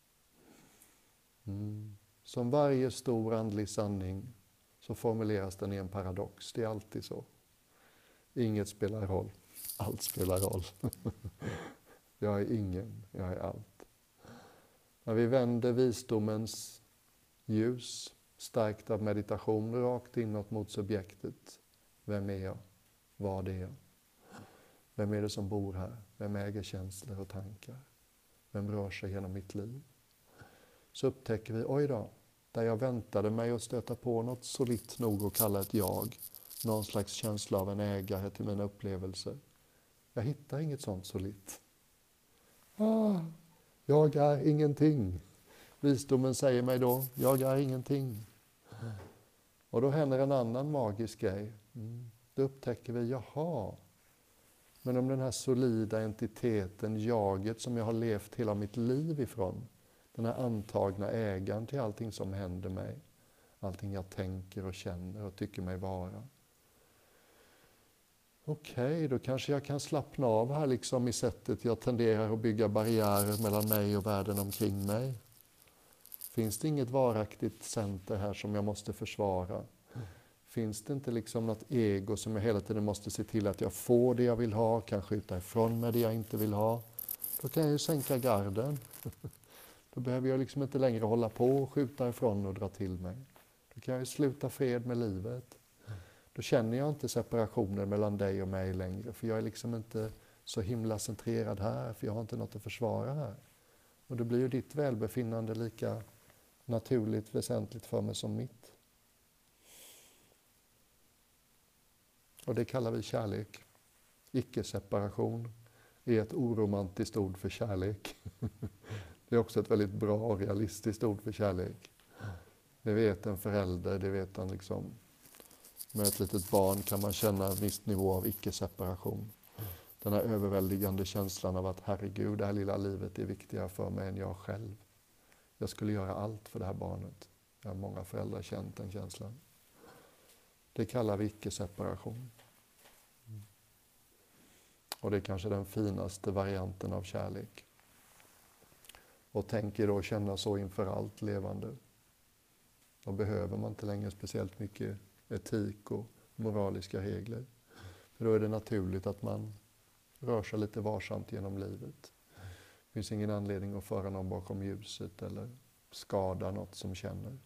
A: Som varje stor andlig sanning så formuleras den i en paradox. Det är alltid så. Inget spelar roll. Allt spelar roll. Jag är ingen, jag är allt. När vi vänder visdomens ljus, stärkt av meditation, rakt inåt mot subjektet. Vem är jag? Vad är jag? Vem är det som bor här? Vem äger känslor och tankar? Vem rör sig genom mitt liv? Så upptäcker vi, oj då, där jag väntade mig att stöta på något solitt nog att kalla ett jag. Någon slags känsla av en ägare till mina upplevelser. Jag hittar inget sånt solitt. Jag är ingenting. Visdomen säger mig då, jag är ingenting. Och då händer en annan magisk grej. Då upptäcker vi, jaha. Men om den här solida entiteten, jaget som jag har levt hela mitt liv ifrån, den här antagna ägaren till allting som händer mig, allting jag tänker och känner och tycker mig vara. Okej, då kanske jag kan slappna av här liksom i sättet jag tenderar att bygga barriärer mellan mig och världen omkring mig. Finns det inget varaktigt center här som jag måste försvara? Finns det inte liksom något ego som jag hela tiden måste se till att jag får det jag vill ha, kan skjuta ifrån mig det jag inte vill ha? Då kan jag ju sänka garden. Då behöver jag liksom inte längre hålla på och skjuta ifrån och dra till mig. Då kan jag ju sluta fred med livet. Då känner jag inte separationen mellan dig och mig längre, för jag är liksom inte så himla centrerad här, för jag har inte något att försvara här. Och då blir ju ditt välbefinnande lika naturligt väsentligt för mig som mitt. Och det kallar vi kärlek. Icke-separation är ett oromantiskt ord för kärlek. Det är också ett väldigt bra och realistiskt ord för kärlek. Det vet en förälder, det vet han liksom. Med ett litet barn kan man känna en viss nivå av icke-separation. Den här överväldigande känslan av att herregud, det här lilla livet är viktigare för mig än jag själv. Jag skulle göra allt för det här barnet. Jag har många föräldrar känt den känslan. Det kallar vi icke-separation. Och det är kanske den finaste varianten av kärlek. Och tänker då känna så inför allt levande. Då behöver man inte längre speciellt mycket etik och moraliska regler. För då är det naturligt att man rör sig lite varsamt genom livet. Det finns ingen anledning att föra någon bakom ljuset eller skada något som känner.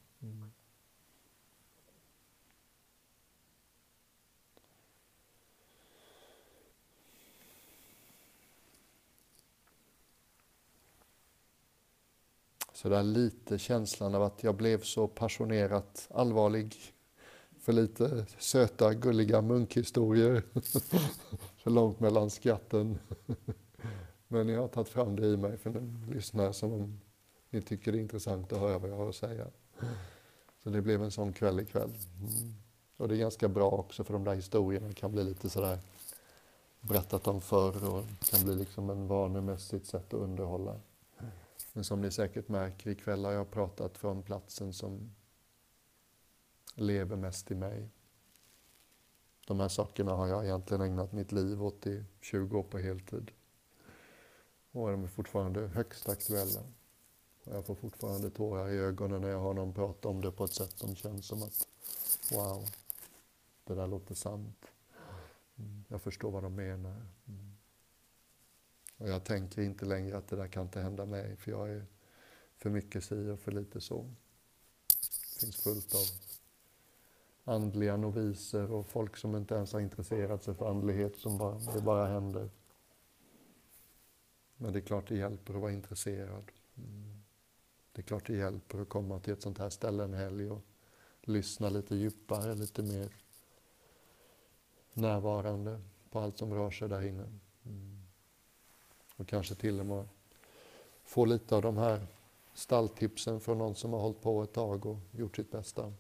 A: Så där lite känslan av att jag blev så passionerat allvarlig för lite söta, gulliga munkhistorier. Så långt mellan skratten. Men jag har tagit fram det i mig för den lyssnare som om ni tycker det är intressant att höra vad jag har att säga. Så det blev en sån kväll ikväll. Och det är ganska bra också för de där historierna kan bli lite sådär berättat om förr och kan bli liksom en vanemässigt sätt att underhålla. Men som ni säkert märker ikväll har jag pratat från platsen som lever mest i mig. De här sakerna har jag egentligen ägnat mitt liv åt i 20 år på heltid. Och de är fortfarande högst aktuella. Och jag får fortfarande tårar i ögonen när jag har någon prata om det på ett sätt som känns som att wow, det där låter sant. Jag förstår vad de menar. Och jag tänker inte längre att det där kan inte hända mig, för jag är för mycket si och för lite så. Det finns fullt av andliga noviser och folk som inte ens har intresserat sig för andlighet, som det bara händer. Men det är klart det hjälper att vara intresserad. Det är klart det hjälper att komma till ett sånt här ställe en helg och lyssna lite djupare, lite mer närvarande på allt som rör sig där inne. Och kanske till och med få lite av de här stalltipsen från någon som har hållit på ett tag och gjort sitt bästa.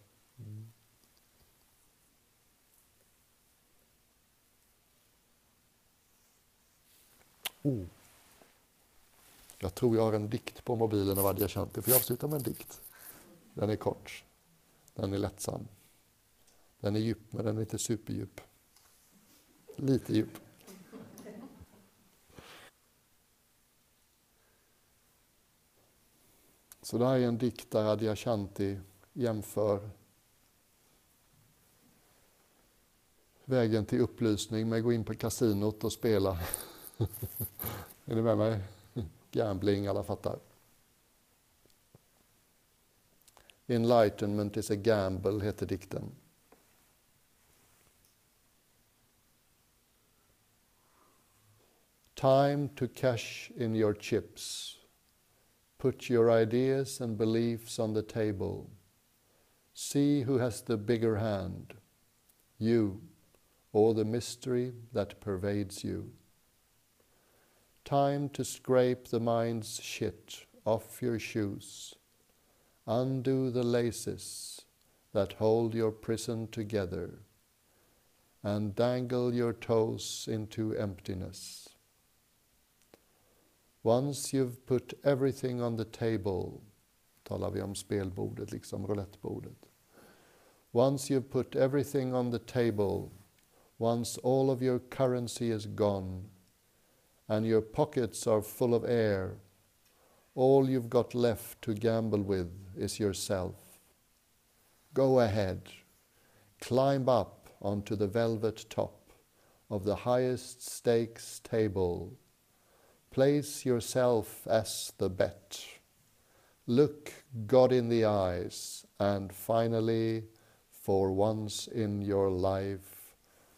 A: Jag tror jag har en dikt på mobilen av Adyashanti, för jag avslutar med en dikt. Den är kort, den är lättsam. Den är djup, men den är inte superdjup. Lite djup. Så det här är en dikt där Adyashanti jämför vägen till upplysning med att gå in på kasinot och spela. Är ni med mig? Gambling, alla fattar. Enlightenment is a gamble, heter dikten. Time to cash in your chips. Put your ideas and beliefs on the table. See who has the bigger hand, you or the mystery that pervades you. Time to scrape the mind's shit off your shoes. Undo the laces that hold your prison together and dangle your toes into emptiness. Once you've put everything on the table, talar vi om spelbordet, liksom roulettebordet. Once you've put everything on the table, once all of your currency is gone and your pockets are full of air, all you've got left to gamble with is yourself. Go ahead, climb up onto the velvet top of the highest stakes table. Place yourself as the bet. Look God in the eyes and finally, for once in your life,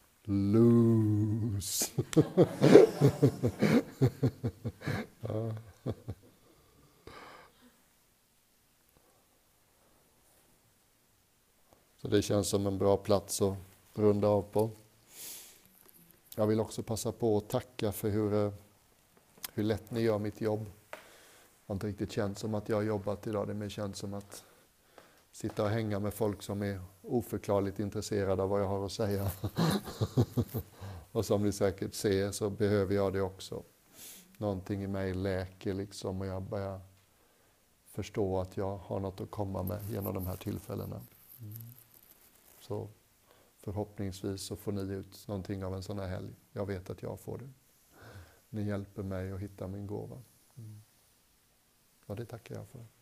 A: lose. Så det känns som en bra plats att runda av på. Jag vill också passa på att tacka för hur lätt ni gör mitt jobb. Det har inte riktigt känt som att jag har jobbat idag. Det mer känns som att sitta och hänga med folk som är oförklarligt intresserade av vad jag har att säga. Och som ni säkert ser så behöver jag det också. Någonting i mig läker liksom och jag börjar förstå att jag har något att komma med genom de här tillfällena. Så förhoppningsvis så får ni ut någonting av en sån här helg. Jag vet att jag får det. Ni hjälper mig att hitta min gåva. Och det tackar jag för.